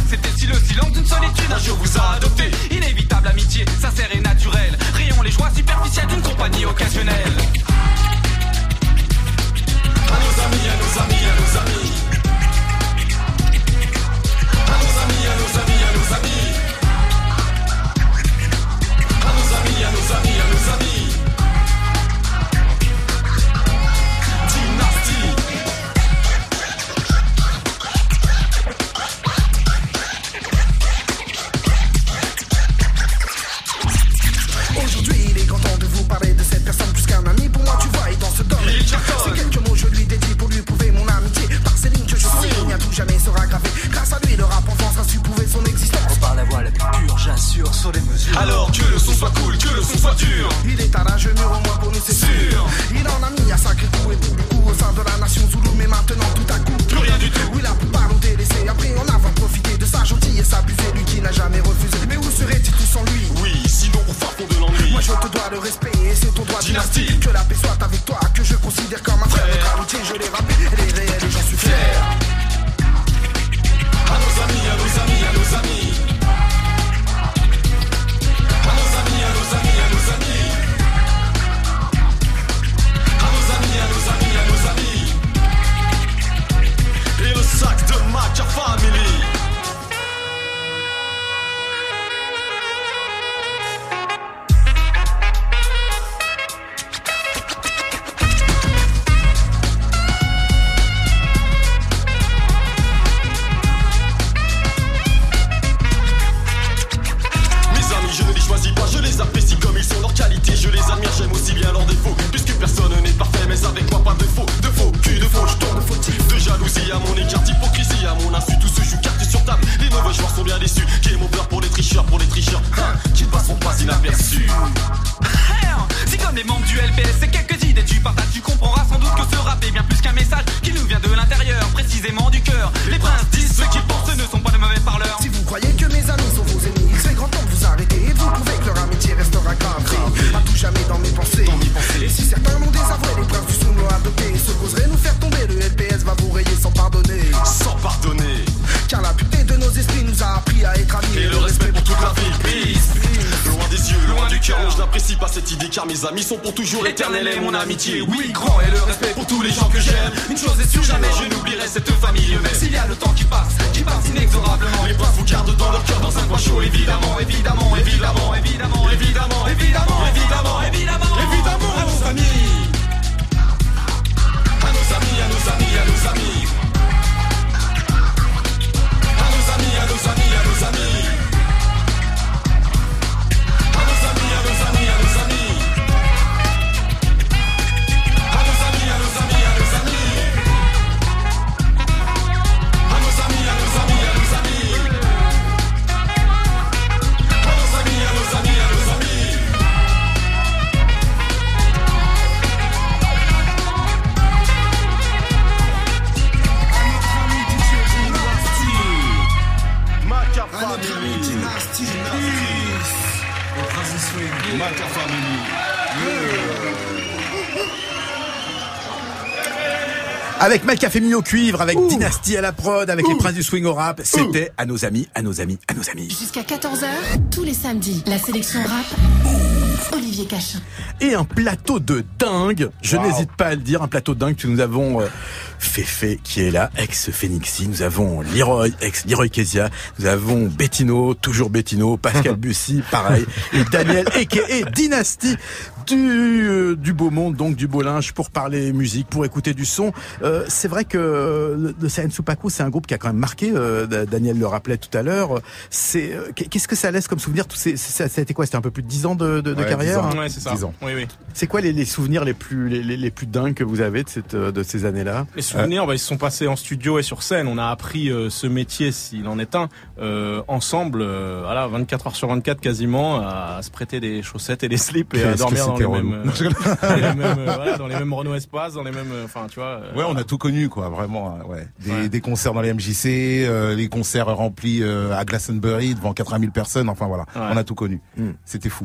accepter si le silence d'une solitude un jour vous a adopté. Inévitable amitié, sincère et naturelle. Rayons les joies superficielles d'une compagnie occasionnelle. À nos amis, à nos amis, à nos amis. À nos amis, à nos amis, à nos amis. À nos amis, à nos amis, à nos amis. Dynastie. Aujourd'hui il est grand temps de vous parler de cette personne plus qu'un ami. Pour moi tu vois, et dans ce domaine c'est quelques mots je lui dédie pour lui prouver mon amitié. Par ces lignes que je signe, à tout jamais sera gravé. Grâce à lui le rap en France a su prouver son existence. On parle la voix la plus pure, j'assure, sur les mesures. Alors que le son soit cool, que le son soit dur. Il est à l'âge mûr, au moins pour nous c'est sûr. Il en a mis à sacré coup et pour le coup au sein de la nation Zoulou. Mais maintenant tout à coup, plus rien du tout. Oui la plupart l'ont délaissé, après en avoir profité de sa gentillesse abusée. Lui qui n'a jamais refusé. Mais où serait-il tout sans lui? Oui, sinon au fin fond de l'ennui. Moi je te dois le respect et c'est ton droit Dynastie. dynastie. Que la paix soit avec toi, que je considère comme un frère. Notre amitié je l'ai rappelé, elle est réelle et j'en suis fier. À nos amis, à nos amis, à nos amis. À nos amis, à nos amis, à nos amis. À nos amis, à nos amis, à nos amis. Et le sac de Maca Family. Je ne les choisis pas, je les apprécie comme ils sont, leurs qualités, je les admire, j'aime aussi bien leurs défauts. Puisque personne n'est parfait, mais avec moi pas de faux, de faux, cul de faux, je tombe de fautif. De jalousie à mon écart, d'hypocrisie à mon insu, tout se joue carte sur table. Les mauvais joueurs sont bien déçus, qui est mon beurre pour les tricheurs, pour les tricheurs, hein, qui ne passeront pas inaperçus. Si comme les membres du L P S, c'est quelques idées tu partages, tu comprendras sans doute que ce rap est bien plus qu'un message qui nous vient de l'intérieur, précisément du cœur. Les princes disent, ceux qui pensent ne sont pas de mauvais parleurs. Si vous croyez que mes amis sont vos ennemis, c'est grand temps de vous arrêter et de vous prouver que leur amitié restera gravée à tout jamais dans mes pensées. Et si certains l'ont désavoué, les princes du son l'ont adopté et se causeraient nous faire tomber, le L P S va vous rayer sans pardonner. Sans pardonner. Car la pureté de nos esprits nous a appris à être amis. Et le respect pour toute la vie, peace. Loin des yeux, loin du cœur, je n'apprécie pas cette idée car mes amis sont pour toujours éternels et mon amitié. Oui, grand et le respect pour tous les gens que j'aime. Une chose est sûre, jamais je n'oublierai cette famille même. S'il y a le temps qui passe, qui passe inexorablement, les princes vous gardent dans leur cœur dans un coin chaud. Évidemment, évidemment, évidemment, évidemment, évidemment, évidemment, évidemment, évidemment, évidemment, à nos amis. À nos amis, à nos amis, à nos amis. À nos amis, à nos amis, à nos amis. À nos amis, à nos amis, à nos amis. À nos amis, à nos amis, à nos amis. À nos amis, à nos amis, à nos amis. À nos amis, à nos amis, à nos amis. Maca Family. Maca Family. Avec Malcafémie au cuivre, avec Ouh. Dynastie à la prod, avec Ouh. les Princes du Swing au rap, c'était à nos amis, à nos amis, à nos amis. Jusqu'à quatorze heures, tous les samedis, la sélection rap, Olivier Cachin. Et un plateau de dingue, je wow. n'hésite pas à le dire, un plateau de dingue que nous avons euh, Féfé qui est là, ex-Phénixie, nous avons Leroy, ex-Leroy Kezia, nous avons Bettino, toujours Bettino, Pascal Bussy, pareil, et Daniel, et Dynastie du, euh, du beau monde, donc du beau linge, pour parler musique, pour écouter du son. Euh, c'est vrai que le, le Sahen Soupaku, c'est un groupe qui a quand même marqué, euh, Daniel le rappelait tout à l'heure. C'est, euh, qu'est-ce que ça laisse comme souvenir? Tout ces, ça, ça a été quoi? C'était un peu plus de dix ans de, de, de ouais, carrière? dix ans. Ouais, c'est ça. dix ans. Oui, oui. C'est quoi les, les souvenirs les plus, les, les, les plus dingues que vous avez de, cette, de ces années-là? Les souvenirs, euh... bah, ils se sont passés en studio et sur scène. On a appris euh, ce métier, s'il en est un, euh, ensemble, euh, voilà, vingt-quatre heures sur vingt-quatre quasiment, à se prêter des chaussettes et des slips et à dormir dans les, mêmes, euh, dans les mêmes, euh, voilà, dans les mêmes Renault Espace, dans les mêmes, enfin, tu vois. Euh, ouais, on a tout connu, quoi, vraiment, ouais. Des, ouais. des concerts dans les M J C, euh, les concerts remplis euh, à Glastonbury devant quatre-vingt mille personnes, enfin voilà, ouais. on a tout connu. Mm. C'était fou.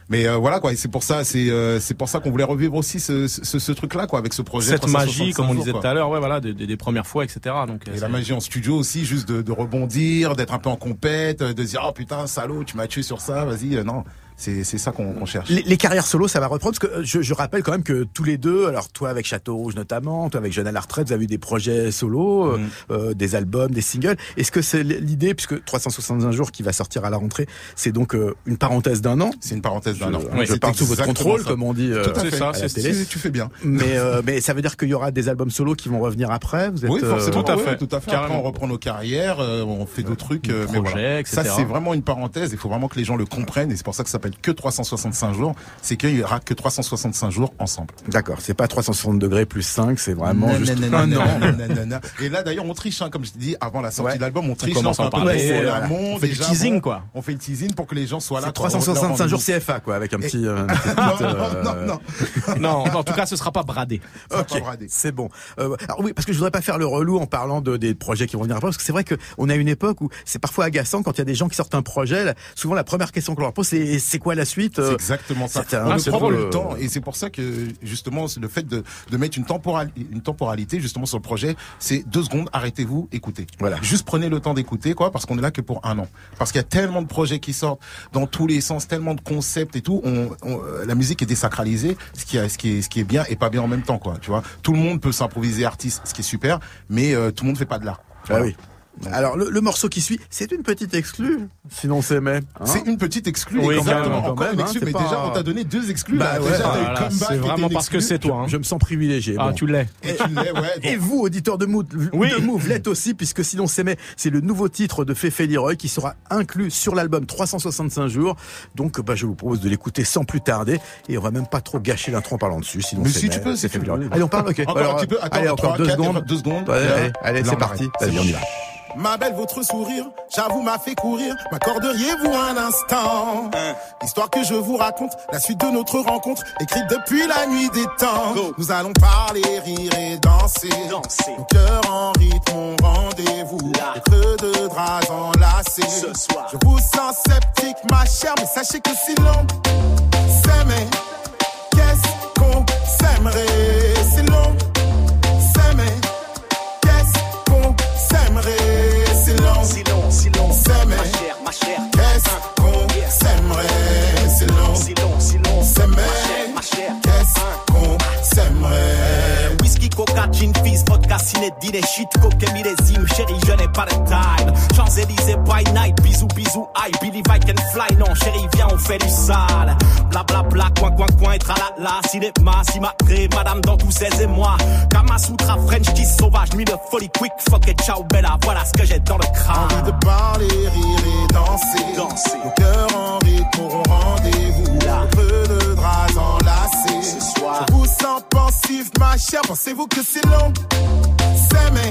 Mais euh, voilà quoi, et c'est pour ça, c'est euh, c'est pour ça qu'on voulait revivre aussi ce ce, ce truc là quoi, avec ce projet. Cette magie, comme on jours, disait quoi. tout à l'heure, ouais voilà, des, des, des premières fois, et cetera. Donc et la magie en studio aussi, juste de, de rebondir, d'être un peu en compète, de se dire oh putain salaud, tu m'as tué sur ça, vas-y, euh, non. C'est, c'est ça qu'on, qu'on cherche. Les, les carrières solo, ça va reprendre parce que je, je rappelle quand même que tous les deux, alors toi avec Château Rouge notamment, toi avec Jeune à la retraite, vous avez eu des projets solo, mmh. euh, des albums, des singles. Est-ce que c'est l'idée, puisque trois cent soixante-un jours qui va sortir à la rentrée, c'est donc euh, une parenthèse d'un an? C'est une parenthèse d'un an. Je, oui, je parle sous votre contrôle, ça. Comme on dit. Euh, Tout à fait. Ça, à la télé. Tu, tu fais bien. Mais euh, mais ça veut dire qu'il y aura des albums solo qui vont revenir après. Vous êtes, oui, forcément. Euh, tout à fait. Ouais, tout à fait. Après, on reprend nos carrières, euh, on fait d'autres trucs. Euh, mais voilà. Ça, c'est vraiment une parenthèse. Il faut vraiment que les gens le comprennent, et c'est pour ça que ça s'appelle que trois cent soixante-cinq jours, c'est qu'il y aura que trois cent soixante-cinq jours ensemble. D'accord, c'est pas trois cent soixante degrés plus cinq, c'est vraiment non, juste non, un non, an. Non, non, non. Et là d'ailleurs on triche, hein, comme je t'ai dit avant la sortie ouais. de l'album, on triche, on commence on, à en parler, euh, voilà. on fait du teasing quoi. On fait le teasing pour que les gens soient là. C'est trois cent soixante-cinq jours C F A quoi, avec un petit. Euh, non, euh... non, non, non, non. En tout cas, ce sera pas bradé. Ok, c'est bon. Euh, alors oui, parce que je voudrais pas faire le relou en parlant de des projets qui vont venir après, parce que c'est vrai que on a une époque où c'est parfois agaçant quand il y a des gens qui sortent un projet. Là, souvent la première question qu'on leur pose, c'est c'est quoi la suite? C'est exactement ça. Un, on prend le temps, et c'est pour ça que justement le fait de, de mettre une, temporal, une temporalité justement sur le projet, c'est deux secondes, arrêtez-vous, écoutez. Voilà. Juste prenez le temps d'écouter quoi, parce qu'on est là que pour un an. Parce qu'il y a tellement de projets qui sortent dans tous les sens, tellement de concepts et tout. On, on, la musique est désacralisée, ce qui, a, ce qui est ce qui est bien et pas bien en même temps quoi. Tu vois, tout le monde peut s'improviser artiste, ce qui est super, mais euh, tout le monde fait pas de l'art. Voilà. Ah oui. Donc. Alors le, le morceau qui suit, c'est une petite exclue, sinon c'est mais. Hein c'est une petite exclue, oui, exactement. Quand Encore même, une exclue, hein, mais pas... déjà on t'a donné deux exclus. Bah là. ouais, déjà, voilà, t'as eu c'est vraiment parce que c'est toi. Hein. Je, je me sens privilégié. Ah, bon. tu l'es. Et tu l'es, ouais. Donc. Et vous, auditeurs de Move, oui. de Move, l'êtes aussi, puisque sinon c'est mais, c'est le nouveau titre de Féfé Leroy qui sera inclus sur l'album trois cent soixante-cinq jours. Donc, bah, je vous propose de l'écouter sans plus tarder, et on va même pas trop gâcher l'intro en parlant dessus. Sinon, mais c'est si mais, tu peux, c'est Féfé Leroy. Allez, on parle, ok. Encore Alors, un petit peu. Attends, allez, encore trois, deux quatre, secondes. Deux secondes. Ouais, allez, allez là, c'est parti. Vas-y, on y va. Ma belle, votre sourire, j'avoue, m'a fait courir. M'accorderiez-vous un instant? Histoire que je vous raconte la suite de notre rencontre, écrite depuis la nuit des temps. Nous allons parler, rire et danser. danser. Nos cœurs en rythme, mon rendez-vous. Les creux de draps enlacés. Ce soir. Je vous sens sceptique, ma chère, mais sachez que si l'on s'aimait, qu'est-ce qu'on s'aimerait? Si l'on s'aimait, qu'est-ce qu'on s'aimerait? Si l'on, si l'on, si l'on s'aimait, ma chère, ma chère, qu'est-ce qu'on s'aimerait? Si l'on, si l'on, si l'on s'aimait, ma chère, qu'est-ce qu'on s'aimerait? Whisky, coca, gin, fizz, vodka, ciné, dîner, shit, coca, millésime, chérie, je n'ai pas de time. Champs-Élysées by night, bisous, bisous, I believe I can fly. Non, chérie, viens, on fait du sale. Bla bla bla, coin, coin, coin, et tralala, cinéma, cimatré, madame dans tous ses émois. Kamasutra, French kiss sauvage, nuit de folie, quick, fuck et ciao, bella, voilà ce que j'ai dans le crâne. Envie de parler, rire et danser. danser. Nos cœurs en rythme auront rendez-vous. Là. Le creux de draps enlacés. Ce soir. Je vous sens pensif, ma chère. Pensez-vous que c'est long? S'aimer,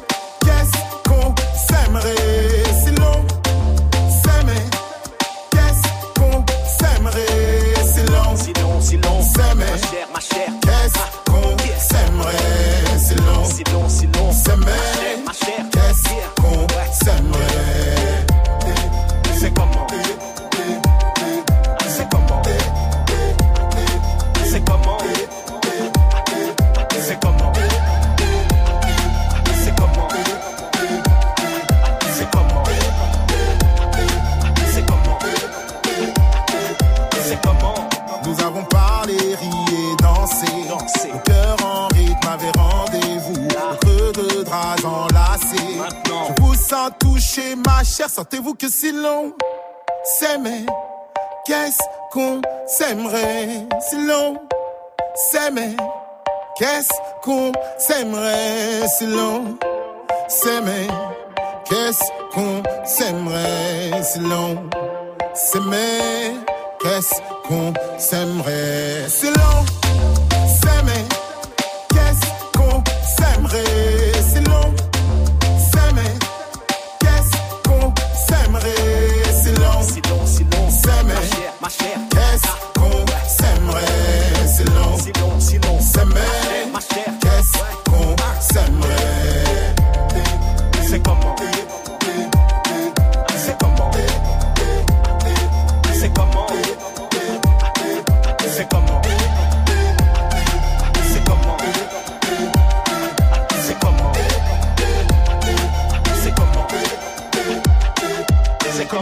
qu'est-ce qu'on s'aimerait? Si l'on s'aimait, qu'est-ce qu'on s'aimerait? Si l'on, si l'on, si l'on s'aimait, ma chère, ma chère, qu'est-ce qu'on s'aimerait? Si l'on, si l'on, si l'on s'aimait, ma chère, qu'est-ce qu'on s'aimerait? C'est comment? C'est comment? C'est comment? C'est comment? C'est comment? C'est comment? C'est comment? C'est comment? Nous avons parlé, ri et dansé. dansé. Nos cœurs en rythme avaient rendez-vous. Le creux de draps enlacés. Maintenant. Je vous sens toucher, ma chère. Sentez-vous que si l'on s'aimait, qu'est-ce qu'on s'aimerait? Si l'on s'aimait, qu'est-ce qu'on s'aimerait? Si l'on s'aimait, qu'est-ce qu'on s'aimerait? Si l'on s'aimait, qu'est-ce qu'on s'aimerait? Si l'on s'aimait, qu'est-ce qu'on s'aimerait? Si l'on s'aimait, qu'est-ce qu'on s'aimerait? Si l'on, si l'on, si l'on s'aimait, ma chère, ma chère, qu'est-ce qu'on s'aimerait? Si l'on, si l'on, si l'on s'aimait, ma chère, qu'est-ce qu'on s'aimerait? C'est comment? C'est comment? C'est comment?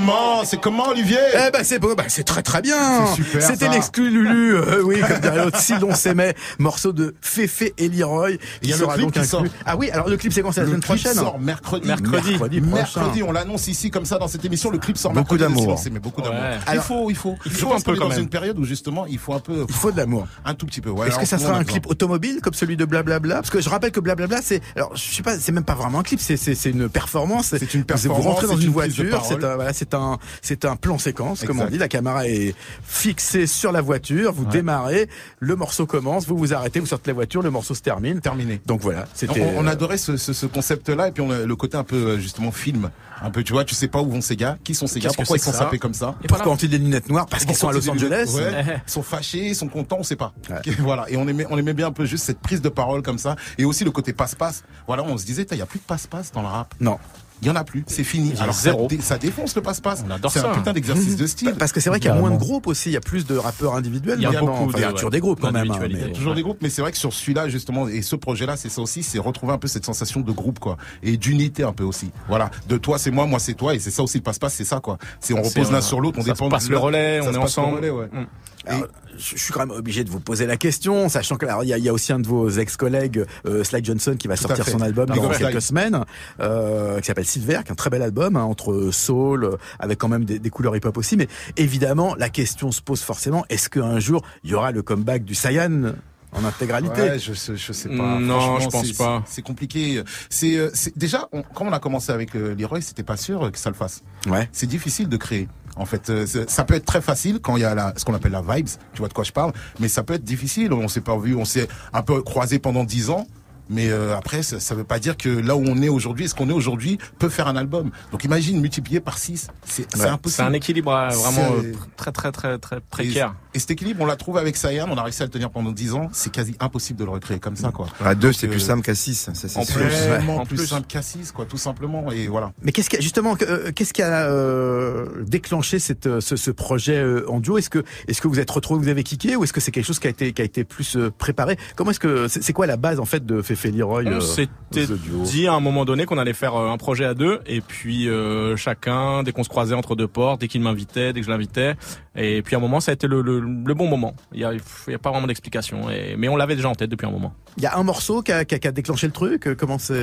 comment, c'est comment Olivier? Eh ben c'est beau, bah c'est très très bien. C'est super, C'était ça. l'exclu Lulu, euh, oui, comme dirait l'autre, si l'on s'aimait, morceau de Féfé et Leroy. Il y a le sera clip donc qui inclus. sort. Ah oui, alors le clip c'est quand c'est la Le semaine clip prochaine. sort mercredi. Mercredi. Mercredi prochain. Mercredi, on l'annonce ici comme ça dans cette émission. Le clip sort Beaucoup mercredi. d'amour. C'est mais beaucoup d'amour. Ouais. Il Alors, faut, il faut. il Je faut pense un peu qu'on est quand dans même. une période où justement il faut un peu. Il faut de l'amour. Un tout petit peu. Ouais, Est-ce alors, que ça nous, on sera a un besoin. clip automobile comme celui de Blablabla? Parce que je rappelle que Blablabla, c'est, alors je sais pas, c'est même pas vraiment un clip, c'est c'est c'est une performance. C'est une Vous performance, rentrez dans c'est une une prise de voiture, parole. c'est un voilà, c'est un c'est un plan séquence, comme on Exact. dit. La caméra est fixée sur la voiture, vous Ouais. démarrez, le morceau commence, vous vous arrêtez, vous sortez la voiture, le morceau se termine. Terminé. Donc voilà, On, c'était. on adorait ce, ce, ce concept-là et puis on a le côté un peu euh, justement film, un peu tu vois, tu sais pas où vont ces gars, qui sont ces gars, Qu'est-ce que pourquoi ils c'est sont que ça sapés comme ça. Et Pourquoi voilà. ont-ils des lunettes noires? Parce qu'ils sont à Los Pourquoi Angeles. ils ouais, ils sont fâchés, ils sont contents, on sait pas. Ouais. Voilà, et on aimait, on aimait bien un peu juste cette prise de parole comme ça, et aussi le côté passe-passe. Voilà, on se disait, il y a plus de passe-passe dans le rap. Non. Il y en a plus, c'est fini. Il y a Alors zéro. ça, dé- ça défonce le passe-passe. On adore C'est ça. un putain d'exercice de style. Parce que c'est vrai qu'il y a Vraiment. moins de groupes aussi, il y a plus de rappeurs individuels. Il y a maintenant. beaucoup Enfin, il y a de- toujours ouais, des groupes quand même. hein, d'individualité. mais- Il y a toujours des groupes, mais c'est vrai que sur celui-là, justement, et ce projet-là, c'est ça aussi, c'est retrouver un peu cette sensation de groupe, quoi. Et d'unité un peu aussi. Voilà. De toi, c'est moi, moi, c'est toi, et c'est ça aussi le passe-passe, c'est ça, quoi. C'est on C'est repose l'un un- sur l'autre, on ça dépend se passe de le l'autre. relais, Ça on se est passe le ensemble. relais, ouais. Mm. Alors, je je suis quand même obligé de vous poser la question, sachant que alors, il y a, il y a aussi un de vos ex-collègues, euh, Sly Johnson, qui va Tout à sortir fait. son album Big dans up, quelques Sly. semaines, euh, qui s'appelle Silver, qui est un très bel album, hein, entre soul, euh, avec quand même des, des couleurs hip-hop aussi. Mais évidemment, la question se pose forcément, est-ce qu'un jour, il y aura le comeback du Saiyan en intégralité? Ouais, je sais, je sais pas. Non, Franchement, je pense c'est- pas. C'est c'est compliqué. C'est euh, c'est- déjà on- quand on a commencé avec euh, Leroy, c'était pas sûr que ça le fasse. Ouais. C'est difficile de créer. En fait, euh, c'est- ça peut être très facile quand il y a la, ce qu'on appelle la vibes. Tu vois de quoi je parle. Mais ça peut être difficile. On s'est pas vu, on s'est un peu croisé pendant dix ans. Mais euh, après, ça, ça veut pas dire que là où on est aujourd'hui, ce qu'on est aujourd'hui, peut faire un album. Donc imagine multiplier par six, c'est c'est Ouais. impossible. C'est un équilibre euh, vraiment C'est- euh, très très très très précaire. Et, et cet équilibre, on l'a trouvé avec Sayan, on a réussi à le tenir pendant dix ans. C'est quasi impossible de le recréer comme ça, quoi. À deux, Donc, c'est plus euh, simple qu'à six, ça c'est En sûr. plus, Ouais. vraiment En plus, plus. simple qu'à six, quoi, tout simplement. Et voilà. Mais qu'est-ce qui a, justement, euh, qu'est-ce qui a euh, déclenché cette, euh, ce, ce projet euh, en duo? Est-ce que, est-ce que vous êtes retrouvés, vous avez kické, ou est-ce que c'est quelque chose qui a été, qui a été plus euh, préparé? Comment est-ce que, c'est c'est quoi la base en fait de Féfé Leroy? On euh, s'était ce duo dit à un moment donné qu'on allait faire euh, un projet à deux, et puis euh, chacun, dès qu'on se croisait entre deux portes, dès qu'il m'invitait, dès que je l'invitais, et puis à un moment ça a été le, le, le bon moment. Il y a, il y a pas vraiment d'explication, et, mais on l'avait déjà en tête depuis un moment. Il y a un morceau qui a, qui a, qui a déclenché le truc. Comment c'est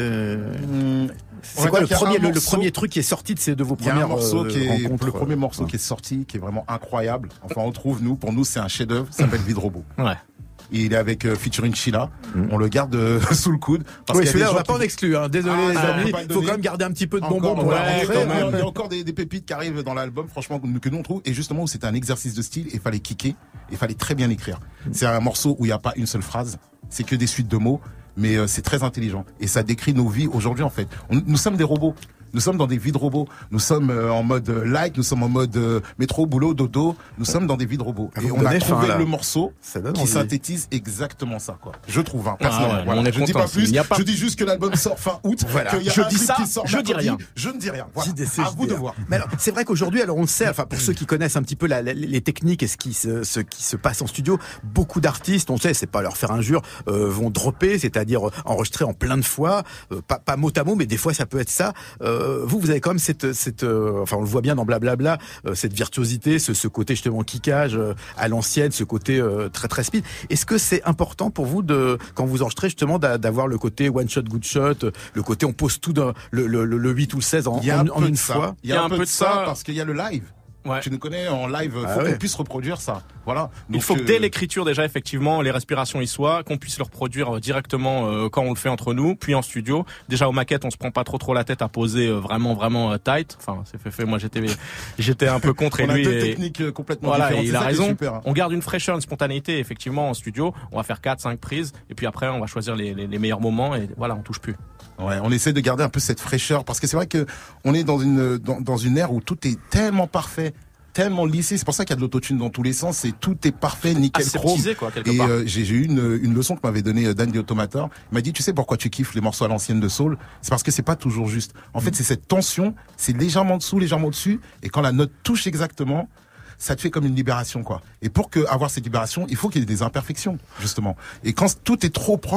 on C'est va quoi le dire qu'il y a premier, un le, le morceau- premier truc qui est sorti de ces de vos Il y a premières un morceau euh, qui est, rencontres le premier morceau Ouais. qui est sorti, qui est vraiment incroyable. Enfin, on le trouve, nous, pour nous, c'est un chef-d'œuvre, ça s'appelle Vide Robot. Ouais. Et il est avec euh, featuring Sheila. On le garde euh, sous le coude. Parce Oui, qu'il y a des celui-là, on gens va pas qui- en exclure. Hein. Désolé, Ah, les on va amis. pas le Il faut donner. quand même garder un petit peu de bonbons Encore, pour ouais, la rentrée. quand même. hein. Il y a encore des, des pépites qui arrivent dans l'album, franchement, que, que nous on trouve. Et justement, où c'était un exercice de style, il fallait kicker, et il fallait très bien écrire. C'est un morceau où il n'y a pas une seule phrase, c'est que des suites de mots, mais euh, c'est très intelligent. Et ça décrit nos vies aujourd'hui, en fait. On- nous sommes des robots. Nous sommes dans des vies de robots. Nous sommes euh, en mode euh, like, nous sommes en mode euh, métro, boulot, dodo. Nous sommes dans des vies de robots. Ah, Et vous on a donnez trouvé faim, là. le morceau Ça donne qui envie. synthétise exactement ça, quoi. Je trouve, hein, personnellement. Ah ouais, Voilà. on est Je dis content, pas plus. il n'y a pas- Je dis juste que l'album sort fin août. Voilà. qu'il y a Je un dis clip ça, qui sort je dis mercredi. rien. Je ne dis rien. Voilà. Qui décide À vous de dire. voir. Mais alors, c'est vrai qu'aujourd'hui, alors on le sait, enfin pour ceux qui connaissent un petit peu la, la- les techniques et ce qui se, ce qui se passe en studio, beaucoup d'artistes, on sait, c'est pas leur faire injure, euh, vont dropper, c'est-à-dire euh, enregistrer en plein de fois, euh, pas, pas mot à mot, mais des fois ça peut être ça. Euh, vous, vous avez quand même cette, cette, euh, enfin on le voit bien dans Blablabla, euh, cette virtuosité, ce, ce côté justement kickage euh, à l'ancienne, ce côté euh, très très speed. Est-ce que c'est important pour vous de, quand vous enregistrez justement, d'a- d'avoir le côté one shot, good shot, euh, le côté on pose tout dans le, le, le, le huit ou le seize en, Il y a en, un en peu une de ça. fois? Il y a un peu de ça parce qu'il y a le live. Ouais. Tu nous connais en live, faut Ah qu'on ouais. puisse reproduire ça. Voilà. Il Donc, faut que euh, dès l'écriture déjà effectivement les respirations y soient, qu'on puisse le reproduire euh, directement euh, quand on le fait entre nous, puis en studio. Déjà aux maquettes on se prend pas trop trop la tête à poser euh, vraiment vraiment euh, tight. Enfin c'est fait fait. Moi j'étais j'étais un peu contre et on a lui. deux et- techniques euh, complètement Voilà, différentes. et il C'est a ça qui est raison. super, hein. On garde une fraîcheur, une spontanéité effectivement en studio. On va faire quatre cinq prises et puis après on va choisir les, les, les meilleurs moments et voilà on touche plus. Ouais, on essaie de garder un peu cette fraîcheur parce que c'est vrai que on est dans une dans, dans une ère où tout est tellement parfait, tellement lissé. C'est pour ça qu'il y a de l'autotune dans tous les sens. Et tout est parfait, nickel chrome. Aseptisé, quoi, quelque Et part. euh, j'ai j'ai eu une, une leçon que m'avait donnée euh, Dan The Automator. Il m'a dit, tu sais pourquoi tu kiffes les morceaux à l'ancienne de soul? C'est parce que c'est pas toujours juste. En fait, c'est cette tension, c'est légèrement dessous, légèrement dessus, et quand la note touche exactement, ça te fait comme une libération, quoi. Et pour que avoir cette libération, il faut qu'il y ait des imperfections, justement. Et quand tout est trop propre,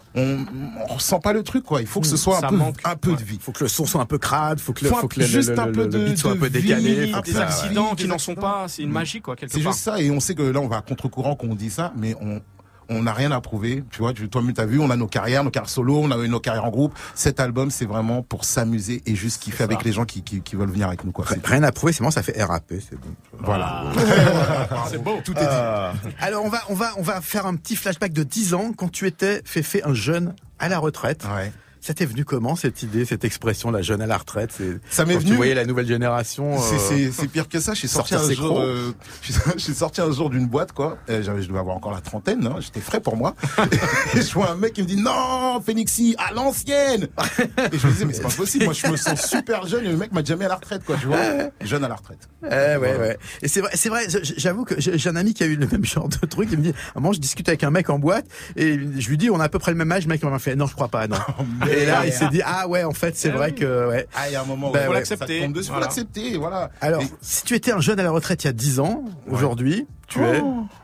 on, on ressent pas le truc, quoi. Il faut que ce soit Ça un peu, manque. un peu Ouais. de vie. Faut que le son soit un peu crade, faut que le, Faut faut que le, juste le, un le, peu le de- beat soit un de peu décalé. vie, faut un que Des peu ça- accidents des qui n'en sont pas, c'est une magie, quoi, quelque C'est part. juste ça, et on sait que là, on va à contre-courant quand on dit ça, mais on on n'a rien à prouver. Tu vois, tu- toi-même, t'as vu, on a nos carrières, nos carrières solo, on a eu nos carrières en groupe. Cet album, c'est vraiment pour s'amuser et juste kiffer avec les gens qui, qui, qui veulent venir avec nous, quoi. C'est- Rien à prouver, c'est bon, ça fait R A P, c'est bon. Voilà. C'est beau. Tout est dit. Alors on va on va on va faire un petit flashback de dix ans quand tu étais Féfé, un jeune à la retraite. Ouais. Ça t'est venu comment cette idée, cette expression, la jeune à la retraite? C'est Ça m'est quand venu- Tu voyais la nouvelle génération. C'est, euh, c'est, c'est pire que ça. Je suis sorti sortir un ses jour, crocs. euh, je suis- je suis sorti un jour d'une boîte, quoi. Euh, j'avais, je devais avoir encore la trentaine, hein. J'étais frais pour moi. Et je vois un mec qui me dit, non, Phénixy, à l'ancienne! Et je me disais, mais c'est pas possible. Moi, je me sens super jeune et le mec m'a déjà mis à la retraite, quoi, tu vois. Jeune à la retraite. Eh ouais, ouais. Et c'est vrai, c'est vrai. J'avoue que j'ai j'ai un ami qui a eu le même genre de truc. Il me dit, à un moment, je discute avec un mec en boîte et je lui dis, on a à peu près le même âge. Le mec m'a fait, non, je crois pas, non. Et là, il s'est dit, ah ouais, en fait, c'est Eh vrai oui. que, ouais. Ah, il y a un moment où Ben faut ouais. l'accepter. Ça Ça tombe dessus, faut Voilà. l'accepter, voilà. Alors, Et- si tu étais un jeune à la retraite il y a dix ans, aujourd'hui, tu es.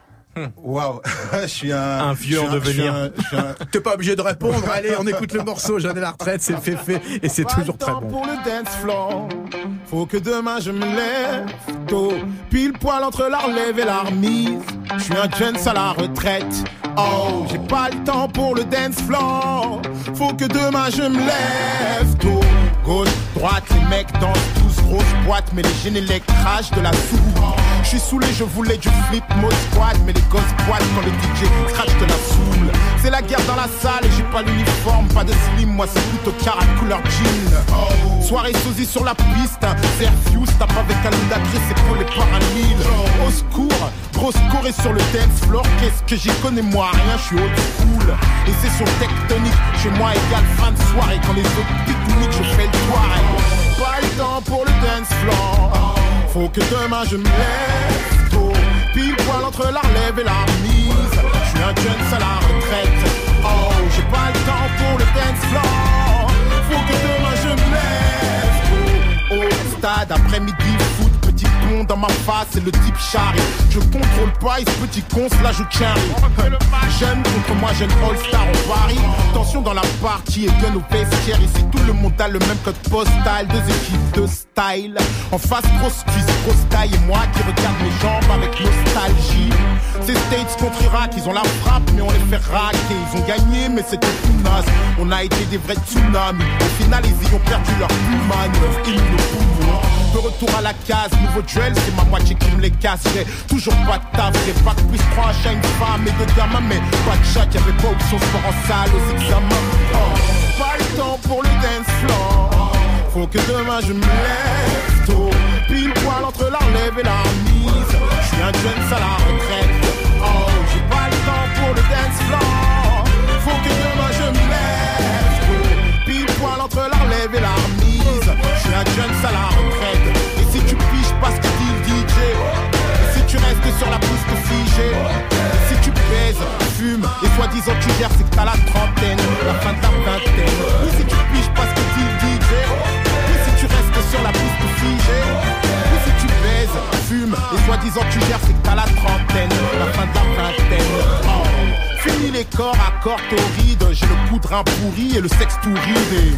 Waouh, je suis un, Un vieux je suis en un- je suis devenir. un- je suis un- T'es pas obligé de répondre. Allez, on écoute le morceau. Jeune à la retraite, c'est Féfé et c'est Pas toujours le très temps bon. pour le dance floor. Faut que demain je me lève tôt, pile poil entre la relève et la remise. Je suis un jeune à la retraite. Oh, j'ai pas le temps pour le dance floor. Faut que demain je me lève tôt. Gauche, droite, les mecs dansent tous grosse boîte, mais les génélec crachent de la soupe. Je suis saoulé, je voulais du flip mode squad, mais les gosses boitent quand le D J crache de la soule. C'est la guerre dans la salle et j'ai pas l'uniforme, pas de slim, moi c'est plutôt carat couleur jean. Soirée sosie sur la piste, hein. Serfuse, tape avec un ludacris, c'est pour les parallèles. Au secours, grosse choré sur le dance floor, qu'est-ce que j'y connais moi, rien, je suis old school. Et c'est sur tectonique, chez moi égale fin de soirée, quand les autres pique-niquent, je fais le soirée. Pas le temps pour le dance floor, faut que demain je me lève tôt, pile poil entre la relève et la remise. Je suis un jeune à la retraite, oh, j'ai pas le temps pour le dance floor. Faut que demain je me lève tôt. Au stade, après-midi, foot, petit pont dans ma face et le type charrie. Je contrôle pas et ce petit con se la joue carry. Jeune contre moi, jeune all-star au Paris. Tension dans la partie et gun au vestiaire. Ici tout le monde a le même code postal. Deux équipes de style. En face, grosse cuisse, grosse taille. Et moi qui regarde mes jambes avec nostalgie. C'est States contre Irak, ils ont la frappe mais on les fait raquer. Ils ont gagné mais c'était tout naze. On a été des vrais tsunamis. Au final ils y ont perdu leur puma. Neuf îles de poumons. De retour à la case, nouveau duel, c'est ma moitié qui me les casse. J'ai toujours pas de taf, j'ai pas de plus trois à une femme et deux gamins, mais pas de chat, y'avait pas option sport en salle aux examens. Oh, pas le temps pour le dance floor. Faut que demain je me lève tôt, pile poil entre la relève et la remise. Je suis un jeune à la retraite. Oh, j'ai pas le temps pour le dance floor. Faut que demain je me lève tôt, pile poil entre la relève et la remise. Je suis un jeune à la retraite. Et si tu piges pas ce que dit le D J, et si tu restes sur la piste figée, et si tu pèses, fumes, et soi-disant tu gères, c'est que t'as la trentaine, la fin de la vingtaine. Et si tu piges pas ce que dit le D J, et si tu restes sur la piste figée, et si tu pèses, fumes, et soi-disant tu gères, c'est que t'as la trentaine, la fin de la vingtaine. Oh. Fini les corps à corps torrides, j'ai le coup de rein pourri et le sexe tout ridé.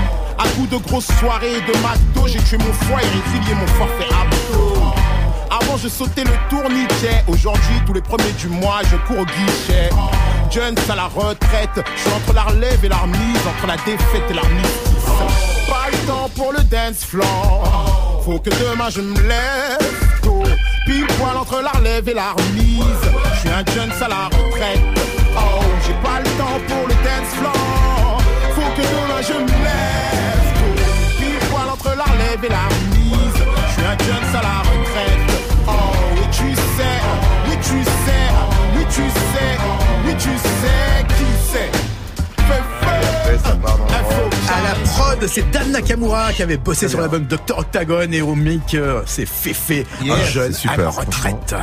À coup de grosses soirées et de McDo, j'ai tué mon foie et résilié mon forfait abdo. Avant je sautais le tourniquet, aujourd'hui tous les premiers du mois je cours au guichet. Jones à la retraite, je suis entre la relève et la remise, entre la défaite et l'armistice. Pas le temps pour le dance floor, faut que demain je me lève tôt, pile poil entre la relève et la remise. Je suis un Jones à la retraite, oh j'ai pas le temps pour le dance floor. Faut que demain je me lève tôt, pile poil entre la relève et la remise. Je suis un jeune à la retraite. Oh, oui tu sais, oui tu sais, oui tu sais, oui tu sais qui c'est. Fais feu. À la prod, c'est Dan Nakamura qui avait bossé sur l'album docteur Octagon et au mic, euh, c'est Féfé, Yeah, un jeune c'est super, à la retraite.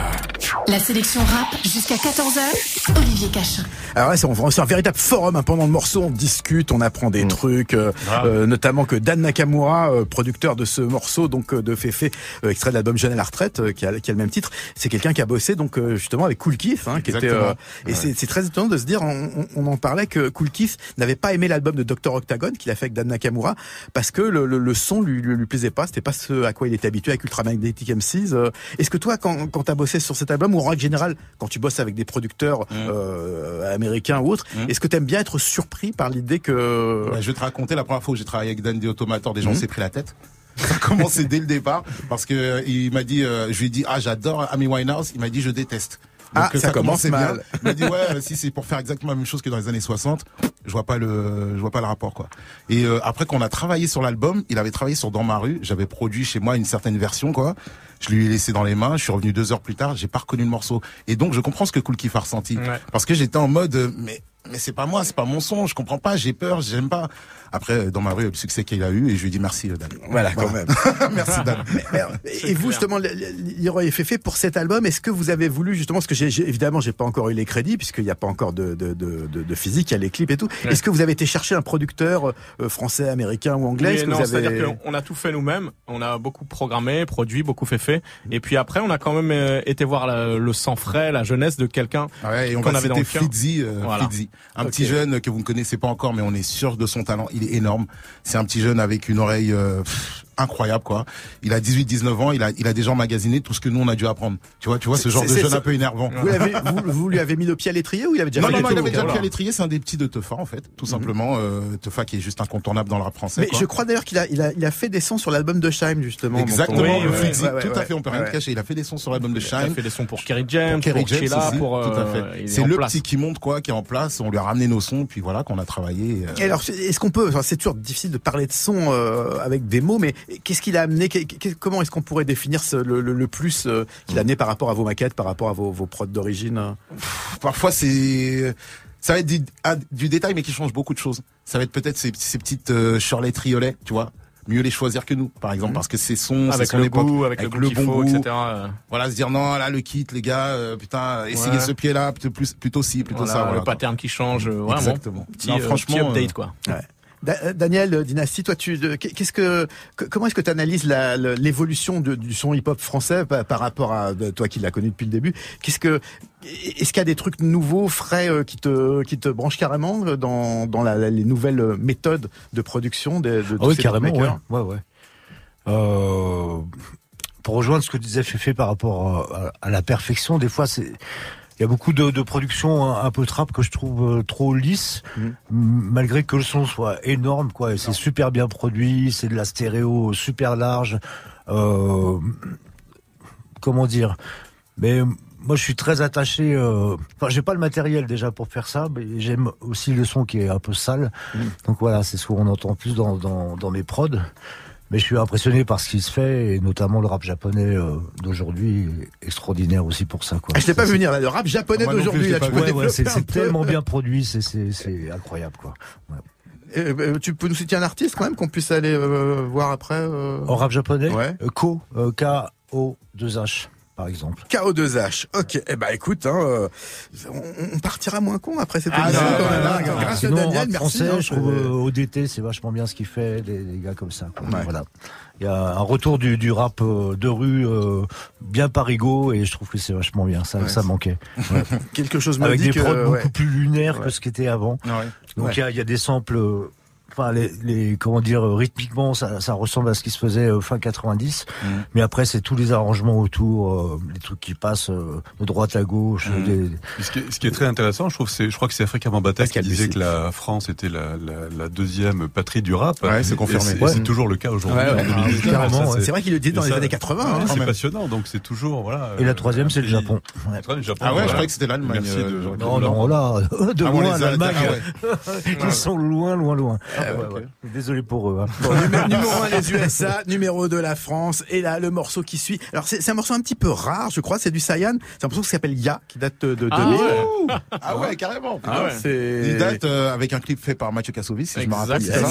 La sélection rap jusqu'à quatorze heures, Olivier Cachin. Alors là, c'est, on, c'est un véritable forum. Hein. Pendant le morceau, on discute, on apprend des mmh. trucs, euh, euh, notamment que Dan Nakamura, euh, producteur de ce morceau, donc euh, de Féfé, euh, extrait de l'album Jeune à la retraite, euh, qui, a, qui a le même titre, c'est quelqu'un qui a bossé donc euh, justement avec Kool Keith, hein, qui était. Euh, et ouais. c'est, c'est très étonnant de se dire, on, on, on en parlait que Kool Keith n'avait pas aimé l'album de docteur Octagon qu'il a fait avec Dan Nakamura parce que le, le, le son lui, lui lui plaisait pas, c'était pas ce à quoi il était habitué avec Ultramagnetic M Cs. Euh, est-ce que toi, quand quand t'as bossé sur cet album, ou en règle générale, quand tu bosses avec des producteurs mmh. euh, américains ou autres, mmh. est-ce que t'aimes bien être surpris par l'idée que... Bah, je vais te raconter la première fois où j'ai travaillé avec Dan The Automator, des gens mmh. s'est pris la tête. Ça a commencé dès le départ parce que euh, il m'a dit, euh, je lui ai dit, ah j'adore Amy Winehouse, il m'a dit je déteste. Donc, ah, ça, ça commence mal. Bien. Il m'a dit ouais, si c'est pour faire exactement la même chose que dans les années soixante, je vois pas le, je vois pas le rapport quoi. Et euh, après qu'on a travaillé sur l'album, il avait travaillé sur Dans ma rue, j'avais produit chez moi une certaine version quoi. Je lui ai laissé dans les mains, je suis revenu deux heures plus tard, j'ai pas reconnu le morceau. Et donc je comprends ce que Kool Keith a ressenti, ouais. parce que j'étais en mode euh, mais mais c'est pas moi, c'est pas mon son, je comprends pas, j'ai peur, j'aime pas. Après, dans ma rue, le succès qu'il a eu, et je lui ai dit merci, Dan. Voilà, quand même. Merci, Dan. Mais, mais, et vous, justement, Leroy et Féfé, pour cet album, est-ce que vous avez voulu, justement, parce que j'ai, j'ai, évidemment, j'ai pas encore eu les crédits, puisqu'il n'y a pas encore de, de, de, de, de physique, il y a les clips et tout. Ouais. Est-ce que vous avez été chercher un producteur euh, français, américain ou anglais? Oui, est-ce que non, vous avez... c'est-à-dire qu'on a tout fait nous-mêmes. On a beaucoup programmé, produit, beaucoup fait fait. Et puis après, on a quand même euh, été voir la, le sang frais, la jeunesse de quelqu'un ah ouais, et on qu'on va avait dans le cœur. Flitzy, euh, voilà. Flitzy. Un okay. petit jeune que vous ne connaissez pas encore, mais on est sûr de son talent. Il est énorme. C'est un petit jeune avec une oreille euh, pff, incroyable quoi. Il a dix-huit dix-neuf ans, il a il a déjà emmagasiné tout ce que nous on a dû apprendre. Tu vois, tu vois ce genre c'est, de jeune un peu énervant. Vous, l'avez, vous, vous lui avez mis le pied à l'étrier ou il avait déjà Non fait non, non il avait tout, déjà le pied à l'étrier, c'est un des petits de Tefa en fait, tout mm-hmm. simplement euh, Tefa qui est juste incontournable dans le rap français. Mais quoi. je crois d'ailleurs qu'il a il a il a fait des sons sur l'album de Shy'm justement. Exactement, oui, le ouais, Flitzy, ouais, ouais, tout ouais, à fait, on peut rien te cacher, il a fait des sons sur l'album de Shy'm. Il a fait des sons pour Kerry James, pour Chilla, pour tout à fait. C'est le petit qui monte quoi, qui est en place, on lui a ramené nos sons puis voilà qu'on a travaillé. Et alors est-ce qu'on peut, enfin, c'est toujours difficile de parler de son euh, avec des mots, mais qu'est-ce qu'il a amené, comment est-ce qu'on pourrait définir ce, le, le, le plus euh, qu'il a amené par rapport à vos maquettes, par rapport à vos, vos prods d'origine? Parfois c'est, ça va être du, à, du détail mais qui change beaucoup de choses. Ça va être peut-être ces, ces petites euh, Shirley Triolet, tu vois. Mieux les choisir que nous, par exemple, mmh. parce que c'est son, avec c'est son le époque, goût, avec, avec le, le bon goût, et cetera. Voilà, se dire non, là le kit, les gars, euh, putain, essayez ouais. ce pied-là, plutôt plus, plutôt ci, plutôt voilà, ça. Voilà, le quoi. pattern qui change, euh, vraiment. Exactement. Petit, non, euh, franchement, petit update quoi. Ouais. Da- Daniel Dynasty, toi, tu, qu'est-ce que, comment est-ce que tu analyses la, l'évolution de, du son hip-hop français par, par rapport à toi qui l'as connu depuis le début? Qu'est-ce que, est-ce qu'il y a des trucs nouveaux, frais, qui te, qui te branchent carrément dans, dans la, les nouvelles méthodes de production de, de oh oui, ces carrément, ouais, ouais, ouais. Euh, pour rejoindre ce que disait Féfé par rapport à, à la perfection, des fois c'est, il y a beaucoup de, de productions un, un peu trap que je trouve trop lisses, mmh. malgré que le son soit énorme, quoi. Et c'est super bien produit, c'est de la stéréo super large. Euh, comment dire? Mais moi, je suis très attaché. Euh, enfin, j'ai pas le matériel déjà pour faire ça, mais j'aime aussi le son qui est un peu sale. Mmh. Donc voilà, c'est ce qu'on entend plus dans, dans, dans mes prods. Mais je suis impressionné par ce qui se fait, et notamment le rap japonais euh, d'aujourd'hui est extraordinaire aussi pour ça, quoi. Ah, je t'ai pas vu venir là, le rap japonais ah, d'aujourd'hui. Là, tu peux ouais, ouais, c'est, c'est tellement bien produit, c'est, c'est, c'est incroyable, quoi. Ouais. Et, euh, tu peux nous citer un artiste quand même qu'on puisse aller euh, voir après euh... En rap japonais, ouais. euh, Ko, euh, K O deux H. Par exemple. K O deux H. Ok. Eh ben, écoute, hein, euh, on, on partira moins con après cette ah, émission. Non, quand même, non, hein, non, grâce sinon, à Daniel, merci. Français, hein, je trouve euh, O D T, c'est vachement bien ce qu'il fait, des, des gars comme ça. Quoi. Ouais. Voilà. Il y a un retour du, du rap euh, de rue euh, bien parigo, et je trouve que c'est vachement bien. Ça, ouais, ça manquait. Ouais. Quelque chose me Avec dit des que, prods ouais. beaucoup plus lunaires ouais. que ce qui était avant. Ouais. Donc il ouais. y, y a des samples. Euh, Enfin, les, les, comment dire, rythmiquement, ça, ça ressemble à ce qui se faisait euh, fin quatre-vingt-dix. Mmh. Mais après, c'est tous les arrangements autour, euh, les trucs qui passent euh, de droite à gauche. Mmh. Des... Ce, qui est, ce qui est très intéressant, je trouve, c'est, je crois que c'est Africa Bambaataa qui disait que la France était la, la, la deuxième patrie du rap. Ouais, c'est confirmé. Et c'est, ouais. c'est toujours le cas aujourd'hui. Ouais, ouais, en deux mille dix-neuf, carrément, ça, c'est... c'est vrai qu'il le dit dans et les ça, années quatre-vingts. Ouais, hein, c'est même. passionnant, donc c'est toujours, voilà. Et la troisième, c'est le Japon. Ouais. Le troisième, Japon. Ah ouais, voilà. je croyais que c'était l'Allemagne. Merci euh, de... Non, non, là, de ah, loin, les l'Allemagne. Ah, ouais. Ils sont loin, loin, loin. Ah, ouais, ouais. Désolé pour eux. Hein. Bon, numéro, numéro un les U S A, numéro deux la France, et là le morceau qui suit. Alors c'est, c'est un morceau un petit peu rare, je crois, c'est du Sayan. C'est un morceau qui s'appelle Ya, qui date de, de ah deux mille. Ouais. Ah ouais, carrément. Ah ouais. C'est... Il date euh, avec un clip fait par Mathieu Kassovitz, si je me rappelle. Exactement.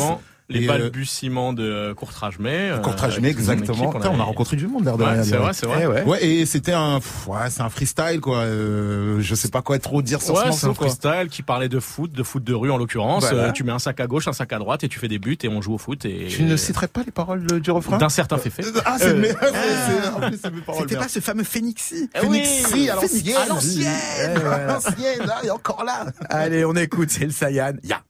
les Et balbutiements de Courtrage-May. Courtrage-May, exactement. On, on a rencontré du monde, l'air de ouais, rien. C'est vrai, c'est vrai. Eh ouais. ouais, et c'était un, pff, ouais, c'est un freestyle, quoi. Euh, je sais pas quoi trop dire sur ouais, ce morceau, c'est un quoi. freestyle qui parlait de foot, de foot de rue en l'occurrence. Voilà. Euh, tu mets un sac à gauche, un sac à droite et tu fais des buts et on joue au foot. Et Tu ne citerais pas les paroles du refrain d'un certain Féfé. Ah, c'est Euh, mes, c'est, en plus, c'est mes paroles. C'était merde. pas ce fameux Phénixy Eh oui, Phénixy à l'ancienne. à l'ancienne. Eh, voilà. À l'ancienne, là, il est encore là. Allez, on écoute, c'est le Saiyan. Ya.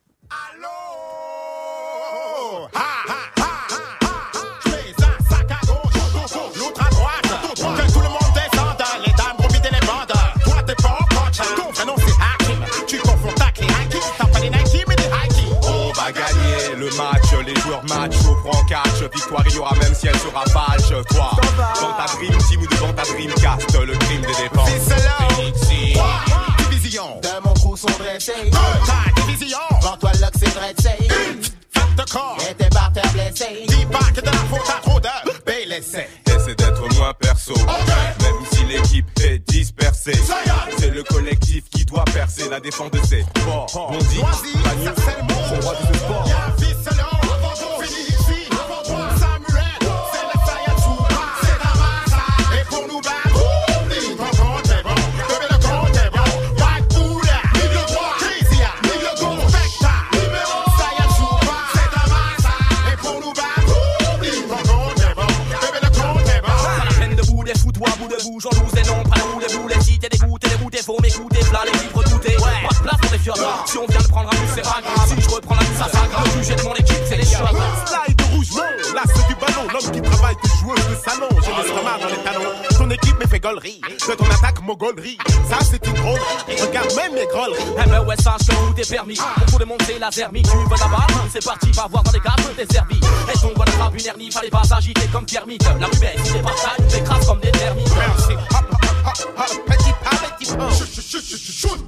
L'autre à droite, que tout le monde descende, les dames vont vider les bandes. Toi t'es pas en coach, ton vrai nom c'est Hakim. Tu confonds tac les Nike, t'as pas les Nike mais les Hikey. On va gagner le match, les joueurs match au brancage. Victoire il y aura même si elle sera falche. Toi, dans ta dream team ou devant ta dreamcast, le crime des dépenses. C'est cela. Phoenixy. Division. De mon crew sont dressés. Ta division. Devant toi, Lux et dressés. Faites de corps. Et tes barters blessés. Dis pas que de la faute à trop de B L S. Essaie d'être moins perso, même si l'équipe est dispersée. C'est le collectif qui doit percer la défense de ses forts. On dit, Magno, son roi de ce sport. Y'a un fils selon, Phénixy, Samuel, c'est le Sayatsuba, c'est la masse. Et pour nous battre, oublie, ton compte est bon, bébé le compte est bon. White Buddha, milieu droit, Chrysia, milieu gauche, Vecta, numéro Sayatsuba, c'est la masse. Et pour nous battre, oublie, ton compte est bon, bébé le compte est bon. Pas la peine de bouder, fous-toi, bout de bouge, j'en loose et non, pas le bout des boulets. Si t'es dégoûté, dégoûté, faut m'écouter, plat les livres doutés. Ouais, pas de place pour les fiottes. Si on vient de prendre un coup, c'est pas grave. Si je reprends la ça s'aggrave. Le sujet de mon équipe, c'est les chocs. Slide rouge, non, là c'est du ballon. L'homme qui travaille, qui joue le salon. J'ai l'estomac dans les talons. Ton équipe me fait gaulerie. De ton attaque, mogolerie. Ça c'est une drôlerie. Regarde même mes grolleries. Eh ben ouais, sache que où t'es permis. Pour tout le monde, c'est la zermie. Tu veux là-bas, c'est parti, va voir dans les cages, t'es servi. Et ton voilà frappe une hernie, fallait pas s'agiter comme Kermit. La rubelle, si t'es pas sale, tu t'écrases comme des termites. Merci. Hop, hop, hop, hop, petit pas, petit pas. Chut, chut, chut, chut, chut.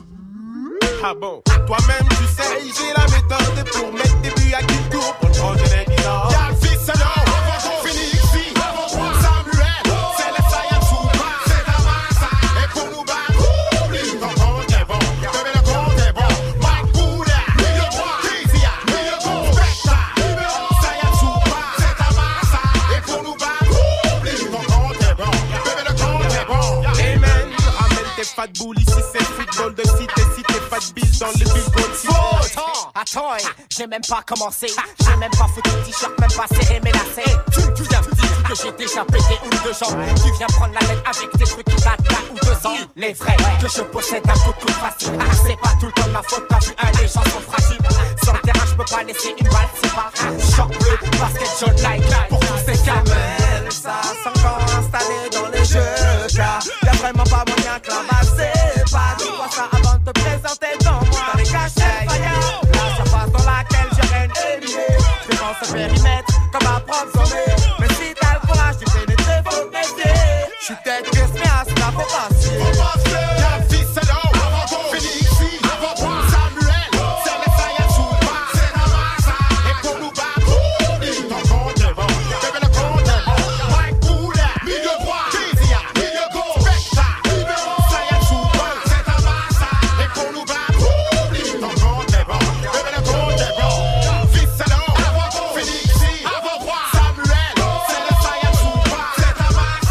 Ah bon, toi-même tu sais, j'ai la méthode pour mettre des buts à qui tour pour le projet des guidards. Y'a le fils selon, Phénixy, Samuel, c'est le Sayatsuba, c'est la masse. Et pour nous battre, oublie, ton compte est bon, bébé le compte est bon. Mike Buddha, milieu droit, Chrysia, milieu gauche, Vecta, numéro Sayatsuba, c'est la masse. Et pour nous battre, oublie, ton compte est bon, bébé le compte est bon. Amen, ramène tes fat boules ici, c'est football de cité, si t'es pas de bille dans le billboard. Attends, attends, eh, j'ai même pas commencé. J'ai même pas foutu le t-shirt, même pas serré mes lacets. Tu, tu viens me dire que j'ai déjà pété une de jambes. Tu viens prendre la tête avec des trucs qui datent là ou deux ans. Les vrais, que je possède un coup de coude facile. Ah, c'est pas tout le temps de ma faute, t'as vu, un les gens sont fragiles. Sur le terrain, je peux pas laisser une balle, c'est pas short bleu, basket jaune like light. Pour tous ces camels, ça s'est encore installé dans les jeux. Car y'a vraiment pas moyen que la base c'est pas. Dis-moi ça avant de te présenter dans moi. Dans les cachets, faillards, la surface dans laquelle je règne éliminé. Je pense ce périmètre comme un propre sommet. Mais si t'as le courage, tu pénètres vos métiers. Je suis peut-être que ce mien, c'est la faut passer. Y'a le fils selon, Phénixy, Samuel, c'est le Sayatsuba, c'est la masse. Et pour nous battre, oublie, ton compte est bon, bébé le compte est bon. Mike Buddha, milieu droit, Chrysia, milieu gauche, Vecta, numéro Sayatsuba, c'est la masse. Et pour nous battre, oublie, ton compte est bon, bébé le compte est bon. Fils selon, Phénixy, Samuel, c'est le Sayatsuba, c'est la masse.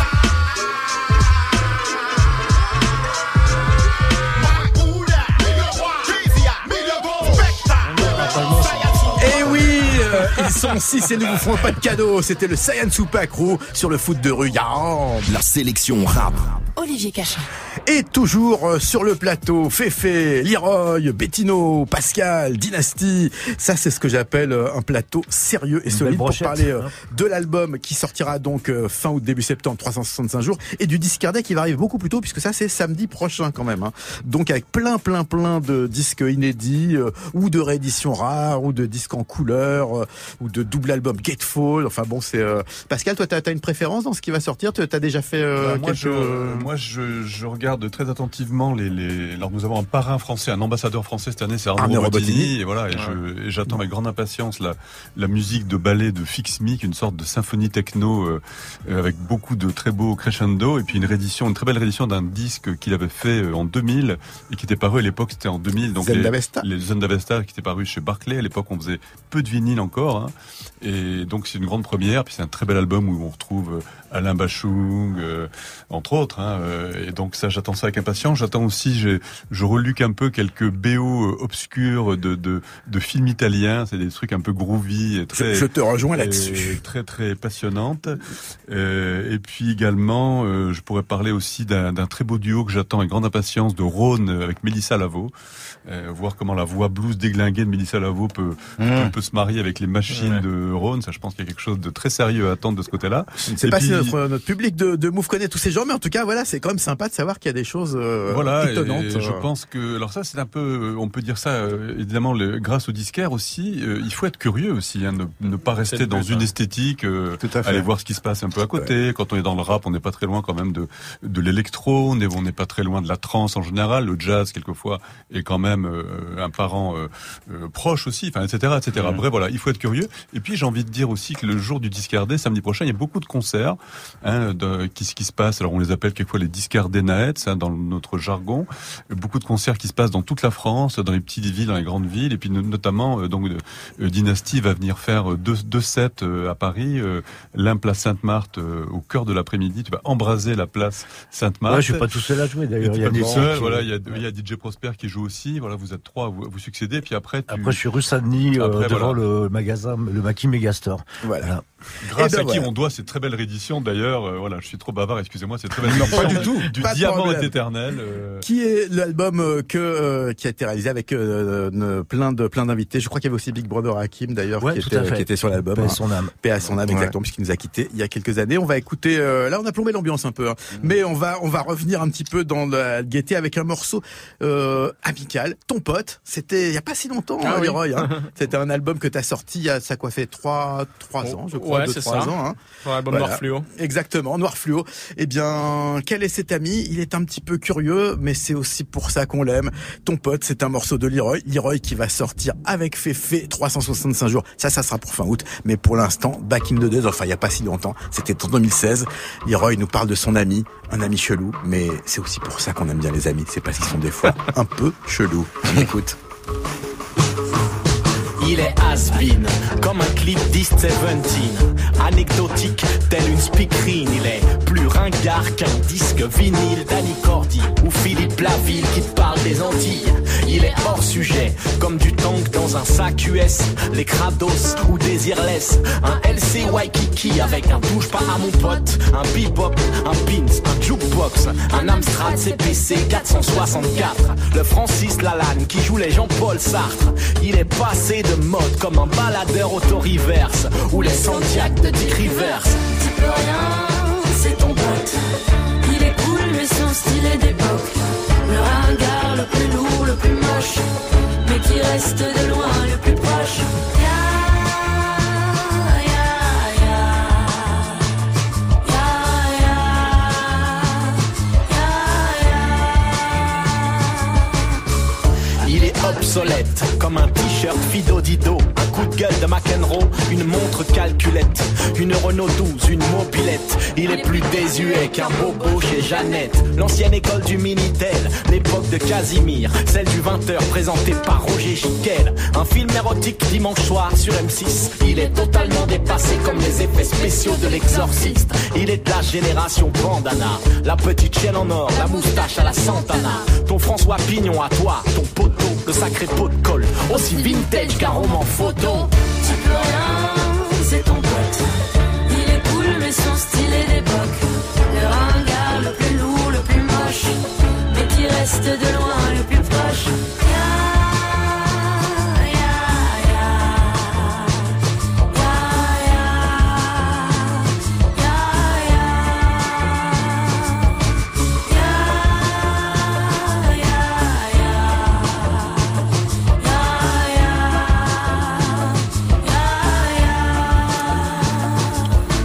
Et oui, euh, ils sont six et ne vous feront pas de cadeaux. C'était le Saiyan Super Crew sur le foot de rue. Yam. La sélection rap. Olivier Cachin. Et toujours euh, sur le plateau, Féfé, Leroy, Bettino, Pascal, Dynasty. Ça, c'est ce que j'appelle euh, un plateau sérieux et Une solide belle pour brochette, parler euh, hein. de l'album qui sortira donc euh, fin août, début septembre, trois cent soixante-cinq jours, et du discardet qui va arriver beaucoup plus tôt puisque ça, c'est samedi prochain quand même. Hein. Donc avec plein, plein, plein de disques inédits euh, ou de rééditions rares ou de disques en couleur euh, ou de double album Gatefall. Enfin bon, c'est euh... Pascal, toi, t'as, t'as une préférence dans ce qui va sortir? T'as déjà fait euh, Bah, moi, quelques... je, moi je, je regarde très attentivement les, les. Alors nous avons un parrain français, un ambassadeur français cette année, c'est Arnaud, Arnaud Robotini, Robotini. et voilà. Et, Ouais. je, et j'attends avec grande impatience la, la musique de ballet de Fix Mic, une sorte de symphonie techno euh, avec beaucoup de très beaux crescendo, et puis une réédition, une très belle réédition d'un disque qu'il avait fait en deux mille et qui était paru à l'époque, c'était en deux mille. Donc Zen les, d'Avesta. les Zen d'Avesta qui était paru chez Barclay. À l'époque, on faisait peu de vinyle encore. Hein. Et donc c'est une grande première. Puis c'est un très bel album où on retrouve Alain Bachung, euh, entre autres. Hein, euh, et donc ça, j'attends ça avec impatience. J'attends aussi, j'ai, je reluque un peu quelques B O obscurs de de, de films italiens. C'est des trucs un peu groovy, et très. Je, je te rejoins là-dessus. Très très passionnantes. Euh, et puis également, euh, je pourrais parler aussi d'un, d'un très beau duo que j'attends avec grande impatience de Rhône avec Mélissa Lavo. Euh, voir comment la voix blues déglinguée de Mélissa Lavo peut, mmh. peut, peut se marier avec les machines ouais. de Rhône. Ça, je pense qu'il y a quelque chose de très sérieux à attendre de ce côté-là. Je ne sais et pas puis, si notre, notre public de, de Move connaît tous ces gens, mais en tout cas, voilà, c'est quand même sympa de savoir qu'il y a des choses euh, voilà, étonnantes. Et je pense que, alors ça, c'est un peu, on peut dire ça, euh, évidemment, le, grâce aux disquaires aussi. Euh, il faut être curieux aussi, hein, ne, ne pas rester dans une esthétique. Euh, aller voir ce qui se passe un peu à côté. Ouais. Quand on est dans le rap, on n'est pas très loin quand même de de l'électro. On n'est on n'est pas très loin de la trance en général. Le jazz, quelquefois, est quand même euh, un parent euh, euh, proche aussi. Enfin, et cetera, et cetera. Mmh. Bref, voilà, il faut être curieux. Et puis, j'ai envie de dire aussi que le jour du Discardé, samedi prochain, il y a beaucoup de concerts hein, de, qui, qui se passent. Alors, on les appelle quelquefois les Discardé Nights hein, dans notre jargon. Beaucoup de concerts qui se passent dans toute la France, dans les petites villes, dans les grandes villes. Et puis, notamment, euh, donc, euh, Dynasty va venir faire deux, deux sets euh, à Paris. Euh, l'un place Sainte-Marthe euh, au cœur de l'après-midi. Tu vas embraser la place Sainte-Marthe. Ouais, je suis pas tout seul à jouer d'ailleurs. Il y a des seuls. Voilà, il y a, il y a D J Prosper qui joue aussi. Voilà, vous êtes trois, vous, vous succédez. Puis après, tu... après, je suis rue Saint-Denis euh, après, devant voilà. le magasin, le Maquis Megastore. Voilà. voilà. Grâce ben à qui voilà. on doit cette très belle réédition d'ailleurs. Euh, voilà, je suis trop bavard. Excusez-moi, c'est très belle non, pas du tout. Du pas Diamant est éternel. Euh... Qui est l'album euh, que euh, qui a été réalisé avec euh, plein de plein d'invités. Je crois qu'il y avait aussi Big Brother Hakim d'ailleurs ouais, qui, était, qui était sur l'album. Paix à son âme. Paix à son âme, exactement, ouais. puisqu'il nous a quittés il y a quelques années. On va écouter. Euh, là, on a plombé l'ambiance un peu, hein, mmh. mais on va on va revenir un petit peu dans la gaieté avec un morceau euh, amical. Ton pote, c'était il y a pas si longtemps, ah, hein, oui. Leroy. Hein. C'était un album que t'as sorti il y a ça quoi fait trois trois oh, ans, je crois, ouais, deux trois ans. Hein. Sur l'album voilà. Noir Fluo. Exactement, Noir Fluo. Eh bien, quel est cet ami? Il est un petit peu curieux, mais c'est aussi pour ça qu'on l'aime. Ton pote, c'est un morceau de Leroy. Leroy qui va sortir avec Féfé trois cent soixante-cinq jours. Ça, ça sera pour fin août. Mais pour l'instant, back in the days, enfin, il y a pas si longtemps. C'était en deux mille seize. Leroy nous parle de son ami, un ami chelou. Mais c'est aussi pour ça qu'on aime bien les amis. C'est parce qu'ils sont des fois un peu chelous. On écoute. Il est has-been, comme un clip d'East dix-sept. Anecdotique, tel une speakerine. Il est plus ringard qu'un disque vinyle d'Annie Cordy ou Philippe Laville qui te parle des Antilles. Il est hors sujet, comme du tank dans un sac U S. Les Kratos ou Desireless. Un L C Waikiki avec un touche pas à mon pote. Un bebop, un pins, un jukebox. Un Amstrad C P C quatre cent soixante-quatre. Le Francis Lalanne qui joue les Jean-Paul Sartre. Il est passé de mode comme un baladeur auto-reverse ou les Santiago de Dick Rivers. Tu peux rien, c'est ton pote. Il est cool mais son style est d'époque. Le ringard, le plus lourd, le plus moche, mais qui reste de loin le plus proche. Obsolète, comme un t-shirt Fido Dido, un coup de gueule de McEnroe, une montre calculette, une Renault douze, une mobilette. Il est plus désuet qu'un bobo chez Jeannette. L'ancienne école du Minitel, l'époque de Casimir, celle du vingt heures présentée par Roger Chiquel. Un film érotique dimanche soir sur M six. Il est totalement dépassé comme les effets spéciaux de l'exorciste. Il est de la génération bandana, la petite chaîne en or, la moustache à la Santana. Ton François Pignon à toi, ton poteau, le sacré pot de colle, aussi vintage qu'un roman photo. Tu peux rien, c'est ton pote. Il est cool mais son style est d'époque. Le ringard, le plus lourd, le plus moche, mais qui reste de loin le plus proche.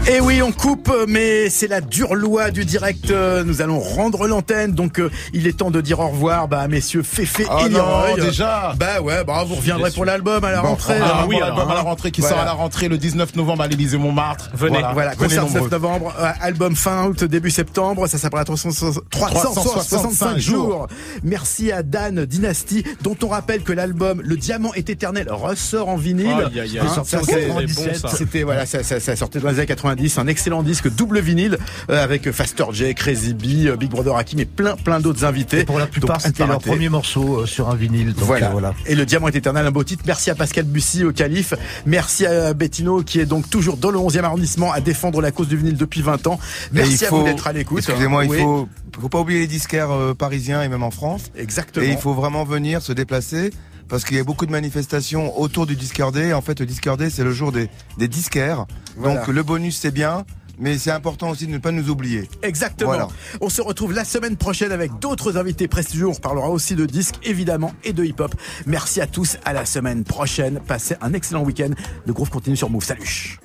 Et oui, on coupe, mais c'est la dure loi du direct. Nous allons rendre l'antenne, donc euh, il est temps de dire au revoir bah, à messieurs Féfé oh et Leroy. déjà Bah ouais, bah vous reviendrez pour l'album à la bon, rentrée. Ah, hein, oui, voilà, l'album hein. à la rentrée qui Voilà. sort à la rentrée le dix-neuf novembre à l'Élysée Montmartre. Venez, Voilà, voilà Venez concert nombreux. neuf novembre, euh, album fin août, début septembre, ça s'appellera trois cent soixante-cinq jours. Merci à Dan Dynasty, dont on rappelle que l'album Le Diamant est éternel ressort en vinyle. Aïe, aïe, aïe. Hein, Ça, ça, c'est c'est- bon, ça. C'était voilà, ça, ça, ça sortait dans les années quatre-vingt-dix, un excellent disque double vinyle euh, avec Faster J, Crazy B, euh, Big Brother Hakim et plein plein d'autres invités. Et pour la plupart, Donc, c'était à ne leur pas rater. premier morceau euh, sur un vinyle. Donc, Voilà. euh, voilà. Et Le Diamant est éternel, un beau titre. Merci à Pascal Bussy au Calife. Merci à Bettino qui est donc toujours dans le onzième arrondissement à défendre la cause du vinyle depuis vingt ans. Et Merci il à faut- vous d'être à l'écoute. Excusez-moi, Oui. il faut, faut pas oublier les disquaires euh, parisiens et même en France. Exactement. Et il faut vraiment venir se déplacer parce qu'il y a beaucoup de manifestations autour du Disquaire Day. En fait, le Disquaire Day, c'est le jour des, des disquaires. Voilà. Donc le bonus, c'est bien. Mais c'est important aussi de ne pas nous oublier. Exactement. Voilà. On se retrouve la semaine prochaine avec d'autres invités prestigieux. On reparlera aussi de disques, évidemment, et de hip-hop. Merci à tous. À la semaine prochaine. Passez un excellent week-end. Le Groove continue sur Move. Salut.